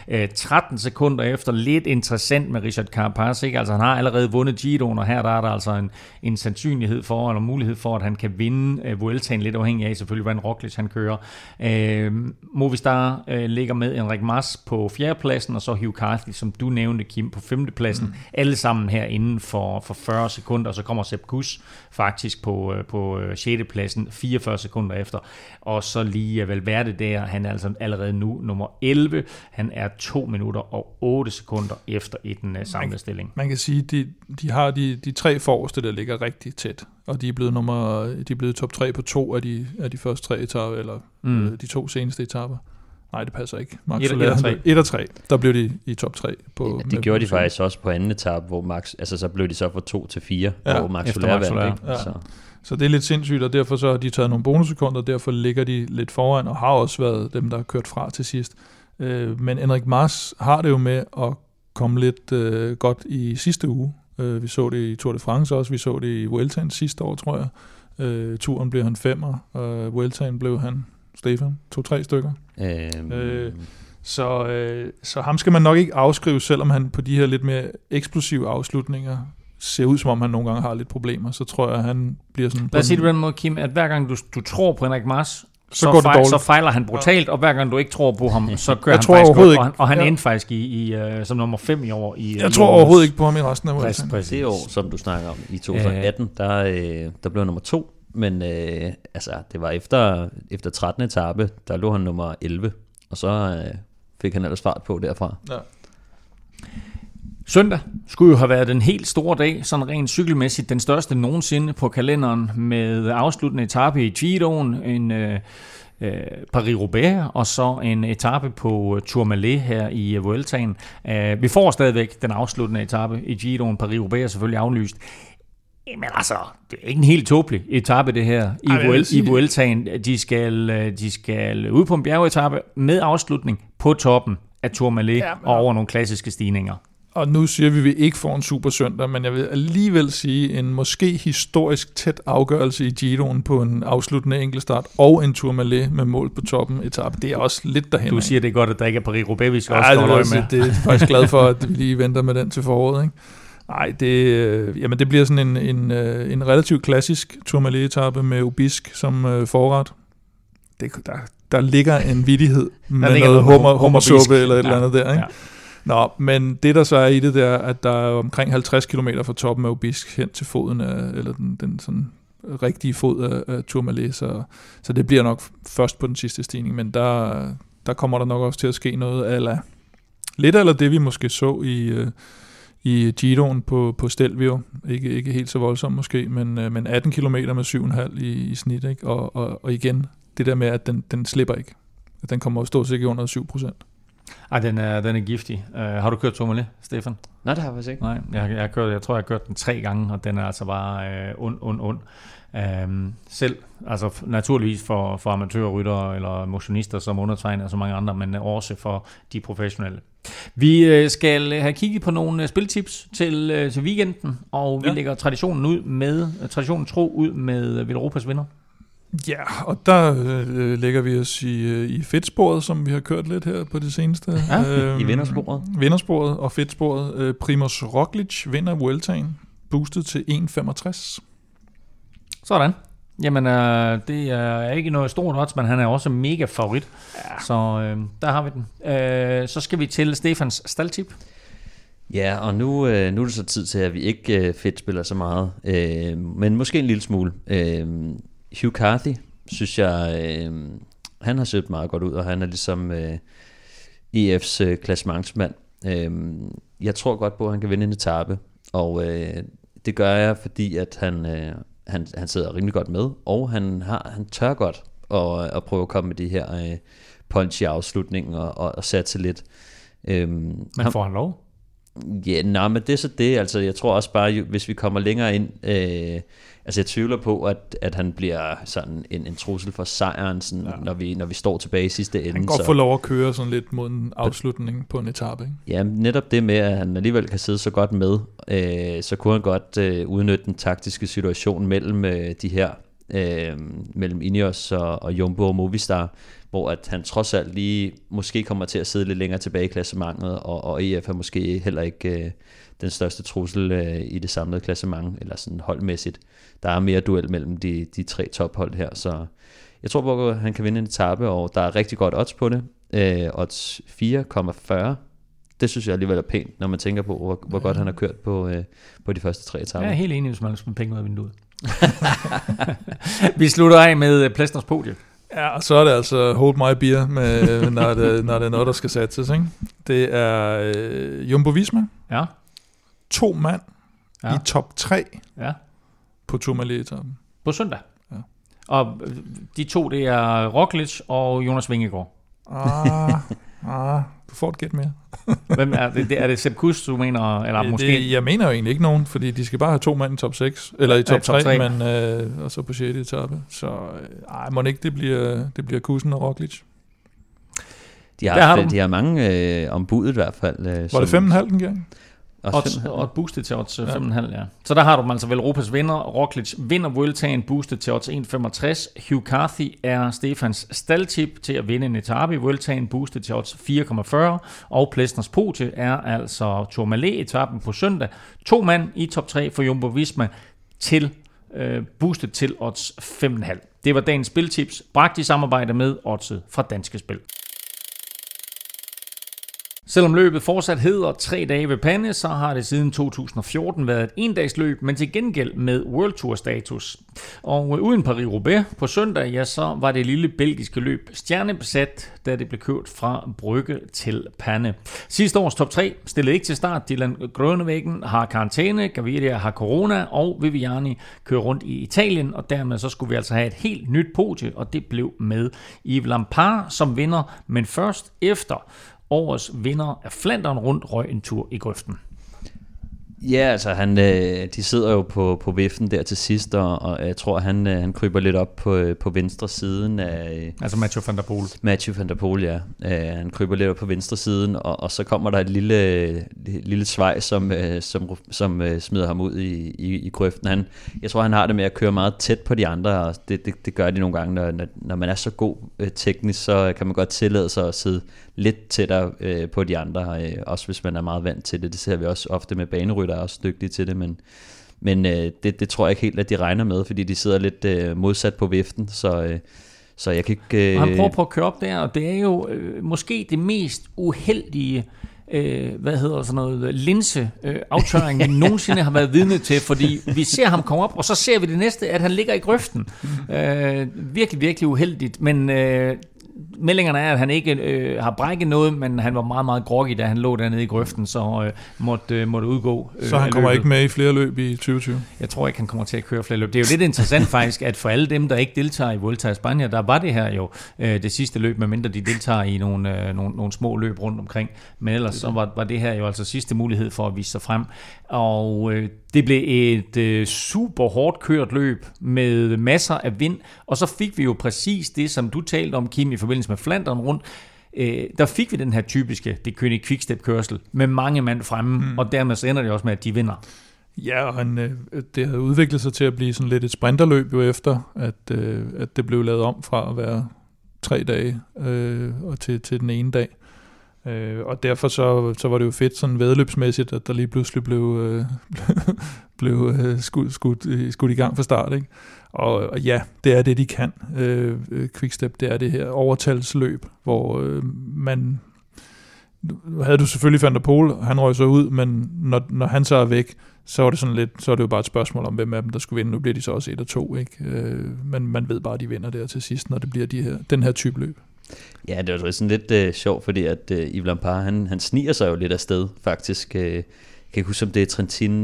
13 sekunder efter. Lidt interessant med Richard Carapaz, ikke? Altså han har allerede vundet Giroen, og her der er der altså en sandsynlighed for, eller mulighed for, at han kan vinde Vueltaen, lidt afhængig af selvfølgelig, hvordan Roglič han kører. Movistar ligger med Enric Mas på 4. pladsen, og så Hugh Carthy, som du nævnte, Kim, på 5. pladsen. Alle sammen her inden for 40 sekunder, og så kommer Sepp Kuss faktisk på 6. pladsen 44 sekunder efter. Og så lige Valverde der, han er altså allerede nu nummer 11. Han er 2 minutter og 8 sekunder efter i den samlede stilling. Man kan sige, de har de 3 forreste, der ligger rigtig tæt, og de er blevet top 3 på 2 af de første 3 etaper, eller de 2 seneste etaper. Nej, det passer ikke. 1 og 3. Der blev de i top 3. Det gjorde de faktisk også på anden etape, hvor Max, altså så blev de så fra 2 til 4, hvor Max Soler vandt. Ja. Så det er lidt sindssygt, og derfor så har de taget nogle bonussekunder, og derfor ligger de lidt foran, og har også været dem, der har kørt fra til sidst. Men Enric Mas har det jo med at komme lidt godt i sidste uge. Vi så det i Tour de France også, vi så det i Vueltaen sidste år, tror jeg. Turen blev han 5'er, og Vueltaen blev han, Stefan, 2-3 stykker. Så ham skal man nok ikke afskrive, selvom han på de her lidt mere eksplosive afslutninger ser ud, som om han nogle gange har lidt problemer. Så tror jeg, at han bliver sådan... Lad os sige det på den måde, Kim, at hver gang du tror på Enric Mas, så fejler han brutalt, og hver gang du ikke tror på ham, så kører han faktisk godt, og han endte faktisk som nummer 5 i år. Jeg tror overhovedet ikke på ham i resten af Vueltaen. Det år, som du snakker om, i 2018, der blev nummer 2, men det var efter 13. etape, der lå han nummer 11, og så fik han ellers fart på derfra. Ja. Søndag skulle jo have været den helt store dag, sådan rent cykelmæssigt, den største nogensinde på kalenderen, med afsluttende etape i Giroen, en Paris-Roubaix, og så en etape på Tourmalet her i Vueltaen. Vi får stadigvæk den afsluttende etape i Giroen. Paris-Roubaix er selvfølgelig aflyst. Men altså, det er ikke en helt tåbelig etape, det her i Vueltaen. De skal ud på en bjergetape med afslutning på toppen af Tourmalet og over nogle klassiske stigninger. Og nu siger vi, at vi ikke får en super søndag, men jeg vil alligevel sige en måske historisk tæt afgørelse i Giroen på en afsluttende enkeltstart og en Tourmalet med mål på toppen etape. Det er også lidt derhen. Du siger, det er godt, at der ikke er Paris-Roubaix, vi skal også holde øje med. Det er faktisk glad for, at vi lige venter med den til foråret, ikke? Nej, det bliver sådan en relativt klassisk Tourmalet-etape med Ubisk som forret. Der ligger en vittighed med noget hummersuppe eller et eller andet der, ikke? Ja. Nå, men det der så er i det der, at der er omkring 50 km fra toppen af Ubisk hen til foden af, eller den sådan rigtige fod af Tourmalet, så det bliver nok først på den sidste stigning, men der kommer der nok også til at ske noget lidt eller det vi måske så i Giroen på Stelvio. Ikke helt så voldsomt måske, men 18 km med 7,5 i snit, ikke? Og igen, det der med, at den slipper ikke. At den kommer at stå sikkert under 7%. Ej, den er giftig. Har du kørt Tourmalet, Stefan? Nej, det har jeg faktisk ikke. Nej, jeg tror, jeg har kørt den 3 gange, og den er altså bare ond. Selv, altså naturligvis for amatørryttere eller motionister som undertegner og så mange andre, men også for de professionelle. Vi skal have kigget på nogle spiltips til weekenden, og vi lægger traditionen tro ud med Villeuropas vinder. Ja, og der lægger vi os i fedtsporet, som vi har kørt lidt her på det seneste. I vindersporet. Vindersporet og fedtsporet. Primož Roglič vinder Vueltaen, boostet til 1,65. Sådan. Jamen, det er ikke noget stort odds, men han er også mega favorit. Ja. Så der har vi den. Så skal vi til Stefans staldtip. Ja, og nu er det så tid til, at vi ikke fedt spiller så meget, men måske en lille smule. Hugh Carthy, synes jeg, han har set meget godt ud, og han er ligesom EF's klassementsmand. Jeg tror godt på, at han kan vinde en etape, og det gør jeg, fordi at han sidder rimelig godt med, og han tør godt at prøve at komme med de her punchy afslutninger og satse lidt. Men får han lov? Ja, nej, men det er så det. Altså, jeg tror også bare, hvis vi kommer længere ind, altså jeg tvivler på, at han bliver sådan en trussel for sejren, sådan, når vi står tilbage i sidste ende. Han kan godt få lov at køre sådan lidt mod en afslutning på en etape, ikke? Ja, netop det med, at han alligevel kan sidde så godt med, så kunne han godt udnytte den taktiske situation mellem de her, mellem Ineos og Jumbo og Movistar, hvor at han trods alt lige måske kommer til at sidde lidt længere tilbage i klassementet, og EF er måske heller ikke den største trussel i det samlede klassement, eller sådan holdmæssigt. Der er mere duel mellem de 3 tophold her, så jeg tror på, at han kan vinde en etape, og der er rigtig godt odds på det. Odds 4,40. Det synes jeg alligevel er pænt, når man tænker på, hvor godt han har kørt på de første 3 etaper. Jeg er helt enig, hvis man skal penge ud af vinduet. Vi slutter af med Plesners podie. Ja, og så er det altså hold my beer, når det er noget, der skal satses, ikke? Det er Jumbo Visma. Ja. 2 mand i top 3 på Tourmalet-etappen. På søndag. Ja. Og de 2, det er Roglič og Jonas Vingegaard. Du får et gæt mere. Hvem er det? Er det Sepp Kuss, du mener? Eller måske? Jeg mener jo egentlig ikke nogen, fordi de skal bare have 2 mand i top 6, eller i top 3, men og så på 6. etape. Så må ikke det bliver Kussen og Roglič. De har mange om budet i hvert fald. Var det 5,5 den gang? Og boostet til odds 5,5, ja. Så der har du altså Villeuropas vinder. Roglič vinder Vueltaen, boostet til odds 1,65. Hugh Carthy er Stefans staldtip til at vinde en etape i Vueltaen, boostet til odds 4,40. Og Plesners podie er altså Tourmalet-etappen på søndag. 2 mand i top 3 for Jumbo Visma til boostet til odds 5,5. Det var dagens spiltips, bragt i samarbejde med Oddset fra Danske Spil. Selvom løbet fortsat hedder 3 dage ved Pande, så har det siden 2014 været et endagsløb, men til gengæld med World Tour status. Og uden Paris-Roubaix på søndag, ja, så var det lille belgiske løb stjernebesat, da det blev kørt fra Brugge til Pande. Sidste års top 3 stillede ikke til start. Dylan Groenewegen har karantæne, Gaviria har corona, og Viviani kører rundt i Italien, og dermed så skulle vi altså have et helt nyt podie, og det blev med Yves Lampaert som vinder, men først efter årets vinder af Flandern rundt røg en tur i grøften. Ja, altså de sidder jo på viften der til sidst, og jeg tror, han kryber lidt op på venstre siden af... Altså Mathieu van der Poel. Mathieu van der Poel, ja. Han kryber lidt op på venstre siden, og så kommer der et lille svej, som smider ham ud i grøften. Jeg tror, han har det med at køre meget tæt på de andre, og det gør de nogle gange, når man er så god teknisk, så kan man godt tillade sig at sidde lidt tættere på de andre, også hvis man er meget vant til det. Det ser vi også ofte med banerytter, er også dygtige til det, men det tror jeg ikke helt, at de regner med, fordi de sidder lidt modsat på viften, så jeg kan ikke... Han prøver på at køre op der, og det er jo måske det mest uheldige linseaftørring, vi nogensinde har været vidne til, fordi vi ser ham komme op, og så ser vi det næste, at han ligger i grøften. Virkelig, virkelig uheldigt, men meldingerne er, at han ikke har brækket noget, men han var meget, meget groggy, da han lå dernede i grøften, så måtte udgå. Så han kommer ikke med i flere løb i 2020? Jeg tror ikke, han kommer til at køre flere løb. Det er jo lidt interessant faktisk, at for alle dem, der ikke deltager i Vuelta a España, der var det her jo det sidste løb, medmindre de deltager i nogle små løb rundt omkring. Men ellers så var det her jo altså sidste mulighed for at vise sig frem. Og det blev et super hårdt kørt løb med masser af vind, og så fik vi jo præcis det, som du talte om, Kim, i forbindelse med Flandern rundt. Der fik vi den her typiske, det kønne quickstep-kørsel med mange mand fremme, og dermed så ender det også med, at de vinder. Ja, og det havde udviklet sig til at blive sådan lidt et sprinterløb jo efter, at det blev lavet om fra at være 3 dage og til den ene dag. Og derfor så var det jo fedt sådan væddeløbsmæssigt, at der lige pludselig blev skudt i gang fra start, ikke? Og ja, det er det, de kan. Quickstep, det er det her overtalsløb, hvor man... Havde du selvfølgelig Van der Poel, han røg så ud, men når han så er væk, så er det sådan lidt, så er det jo bare et spørgsmål om, hvem af dem, der skulle vinde. Nu bliver de så også 1 og 2, ikke? Men man ved bare, at de vinder der til sidst, når det bliver den her type løb. Ja, det var sådan lidt sjovt, fordi at Yves Lampaert, han sniger sig jo lidt afsted, faktisk. Kan ikke huske, om det er Trentin,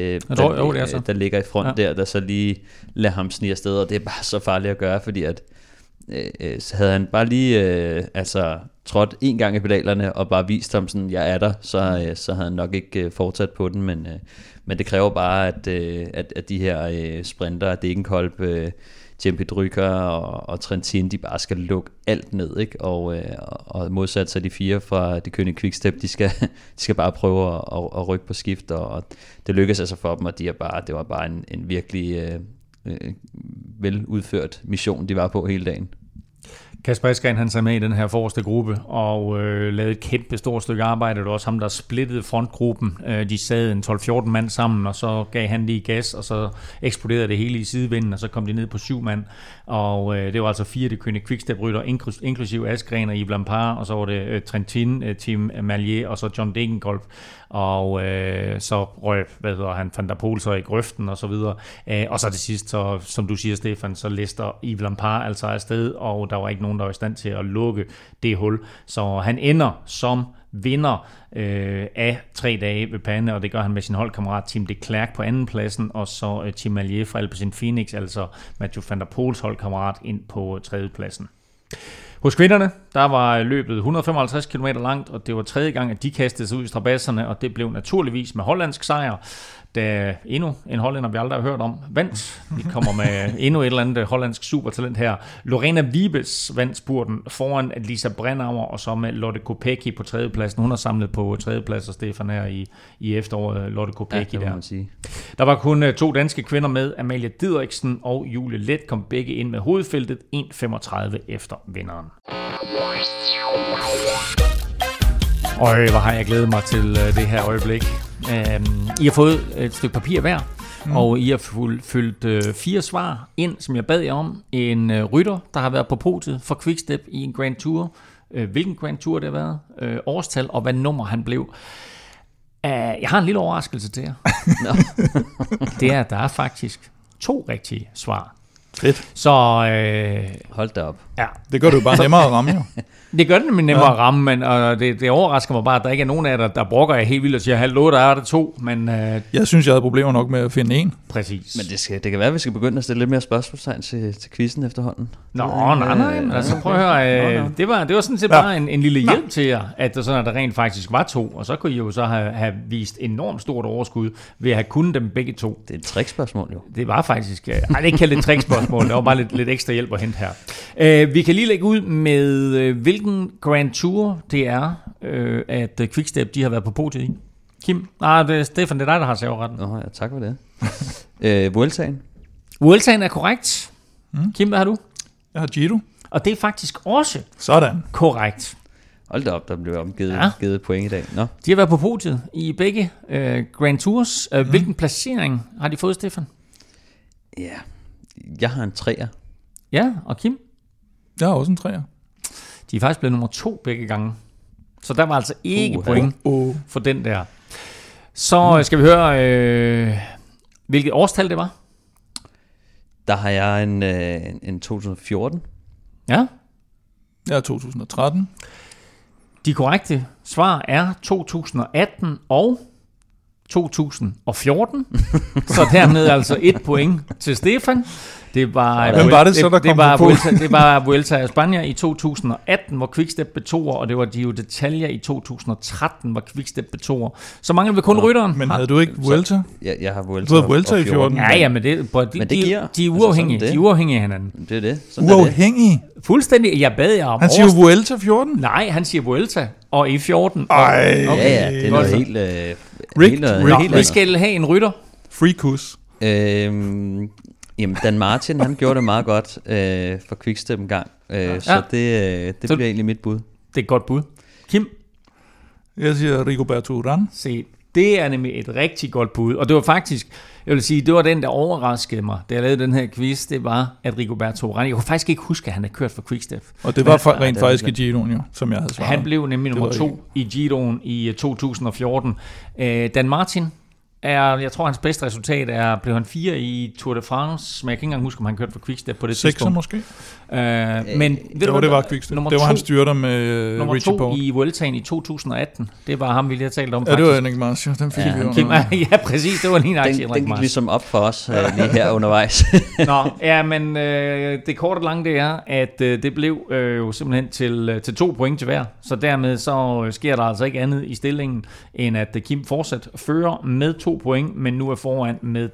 der ligger i front der så lige lader ham snige afsted, og det er bare så farligt at gøre, fordi at så havde han bare lige trådt 1 gang i pedalerne og bare vist ham sådan, jeg er der, så havde han nok ikke fortsat på den, men det kræver bare, at de her sprinter, Degenkolb, Jempe Drücker og Trentin, de bare skal lukke alt ned, ikke? Og modsat sig de 4 fra det kønne Quickstep, de skal bare prøve at rykke på skift, og det lykkedes altså for dem, og det var bare en virkelig veludført mission, de var på hele dagen. Kasper Asgreen, han sad med i den her forreste gruppe og lavede et kæmpe stort stykke arbejde. Det var også ham, der splittede frontgruppen. De sad en 12-14 mand sammen, og så gav han lige gas, og så eksploderede det hele i sidevinden, og så kom de ned på 7 mand. Og det var altså 4 det kønne quickstep-rytter, inklusiv Asgreen og Yves Lampaert, og så var det Trentin, Tim Merlier og så John Degenkolb. Og så røg, Van der Poel så i grøften og så videre. Og så til sidst, så, som du siger, Stefan, så lister Yves Lampaert altså afsted, og der var ikke nogen, der var i stand til at lukke det hul. Så han ender som vinder af 3 dage ved Pande, og det gør han med sin holdkammerat Tim de Klerk på anden pladsen, og så Tim Merlier fra Alpecin Phoenix, altså Mathieu van der Poels holdkammerat, ind på 3. pladsen. Hos kvinderne, der var løbet 155 km langt, og det var 3. gang, at de kastede sig ud i strabadserne, og det blev naturligvis med hollandsk sejr, da endnu en hollænder, vi aldrig har hørt om, vandt. Vi kommer med endnu et eller andet hollandsk supertalent her. Lorena Wiebes vandt spurten foran Lisa Brennauer, og så med Lotte Kopecky på 3. pladsen. Hun har samlet på 3. plads, og Stefan her i efteråret, Lotte Kopecky der. Der var kun 2 danske kvinder med. Amalie Didriksen og Julie Let kom begge ind med hovedfeltet 1.35 efter vinderen. Hvor har jeg glædet mig til det her øjeblik. I har fået et stykke papir hver, og I har fyldt 4 svar ind, som jeg bad jer om. En rytter, der har været på podiet for Quickstep i en Grand Tour. hvilken Grand Tour det har været, årstal og hvad nummer han blev. Jeg har en lille overraskelse til jer. Det er, at der er faktisk 2 rigtige svar. Fedt. Så Hold da op. ja. Det gør det jo bare nemmere at ramme, jo. Det gør det nemlig nemmere at ramme, men det overrasker mig bare, at der ikke er nogen af jer, der brokker jer helt vildt og siger, hallo, der er det 2, men... Jeg synes, jeg havde problemer nok med at finde en. Præcis. Men det kan være, at vi skal begynde at stille lidt mere spørgsmålstegn til quizzen efterhånden. Nej. Altså prøv at høre, det var sådan set bare en lille hjælp til jer, at der sådan, at der rent faktisk var 2, og så kunne I jo så have vist enormt stort overskud ved at have kunnet dem begge 2. Det er et trickspørgsmål jo. Det var faktisk... det er ikke kaldt et trickspørgsmål, det var bare lidt ekstra hjælp at hente her. Vi kan lige lægge ud med, hvilken Grand Tour det er, at Quickstep de har været på podiet i. Kim? Nej, det er Stefan, det er dig, der har serveretten. Nå ja, tak for det. Vueltaen. Vueltaen er korrekt. Kim, hvad har du? Jeg har Giro. Og det er faktisk også Sådan. korrekt. Hold da op, der blev givet point i dag. Nå. De har været på podiet i begge Grand Tours. Hvilken placering har de fået, Stefan? Ja, jeg har en 3'er. Ja, og Kim? Jeg har også en 3'er. De er faktisk blevet nummer 2 begge gange. Så der var altså ikke point for den der. Så skal vi høre, hvilket årstal det var. Der har jeg en 2014. Ja. Jeg har 2013. De korrekte svar er 2018 og 2014. Så dermed altså 1 point til Stefan. Det var, hvem var det så, der kom på? Det var Vuelta a España i 2018, hvor Quickstep blev 2'er, og det var Giro d'Italia i 2013, hvor Quickstep blev 2'er. Så mangler vi kun rytteren. Men havde du ikke Vuelta? Jeg har Vuelta. Du havde Vuelta i 14. Ja, men de er uafhængige. De er uafhængige af hinanden. Det er det. Uafhængige? Fuldstændig. Jeg bad jer om Han siger jo Vuelta 14? Nej, han siger Vuelta, og i 14. Ej. Okay. Ja, det er noget helt Vi skal have en rytter. Free kus. Jamen, Dan Martin, han gjorde det meget godt for Quickstep en gang. Så det bliver egentlig mit bud. Det er et godt bud. Kim? Jeg siger Rigoberto Urán. Se, det er nemlig et rigtig godt bud. Og det var faktisk, jeg vil sige, det var den, der overraskede mig, da jeg lavede den her quiz. Det var, at Rigoberto Urán, jeg kunne faktisk ikke huske, at han havde kørt for Quickstep. Og det var rent faktisk i Giroen, jo, som jeg havde svaret. Han blev nemlig nummer 2 i Giroen i 2014. Dan Martin, jeg tror, hans bedste resultat blev han 4 i Tour de France, men jeg kan ikke engang huske, om han kørte for Quickstep på det tidspunkt. 6'er måske? Men det var Quickstep. Det var han styrter med Richie Porte. Nummer 2 i Vueltaen i 2018. Det var ham, vi lige har talt om. Ja, det var Henrik Marcio. Den fik vi jo. Ja, præcis. Det var lige nøjagtigt Henrik Marcio. Den gik ligesom op for os lige her undervejs. Nå, ja, men det korte og lange, det er, at det blev jo simpelthen til 2 point til hver. Så dermed så sker der altså ikke andet i stillingen, end at Kim fortsat fører med 2 point, men nu er foran med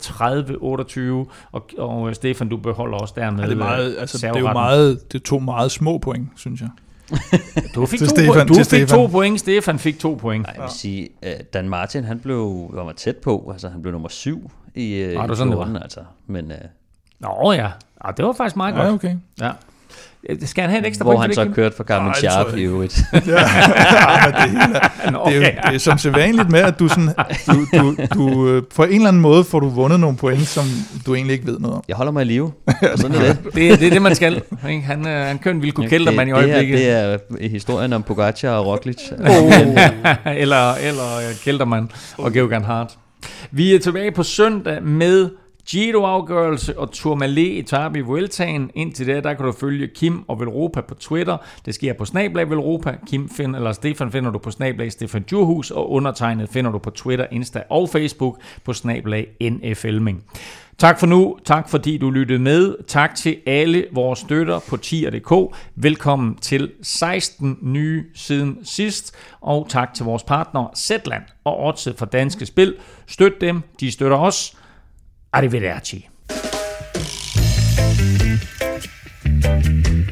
30-28, og Stefan, du beholder også dermed. Ja, det er meget, altså, det er 2 meget små point, synes jeg. Du fik 2 point, Stefan fik 2 point. Nej, jeg vil sige, Dan Martin, han var tæt på, altså han blev nummer 7 i 14, altså. Men Nå ja, det var faktisk meget godt. Okay. Ja. Skal han have et ekstra hvor point? Hvor han så kørt for Carmen Sharp i øvrigt. Det er som sædvanligt med, at du på en eller anden måde får du vundet nogle point, som du egentlig ikke ved noget om. Jeg holder mig i live. Sådan er det. Det er det, man skal. Han kører en Vilko Kelderman i øjeblikket. Det er historien om Pogacar og Roglic. eller Kelderman og Geoghan Hart. Vi er tilbage på søndag med Giro-afgørelse og Tourmalet etape i Vueltaen. Indtil der kan du følge Kim og Velropa på Twitter. Det sker på # Velropa. Stefan finder du på # Stefan Djurhus, og undertegnet finder du på Twitter, Insta og Facebook på # NFLming. Tak for nu. Tak fordi du lyttede med. Tak til alle vores støtter på tier.dk. Velkommen til 16 nye siden sidst. Og tak til vores partnere Zetland og Odset for Danske Spil. Støt dem. De støtter os. Arrivederci.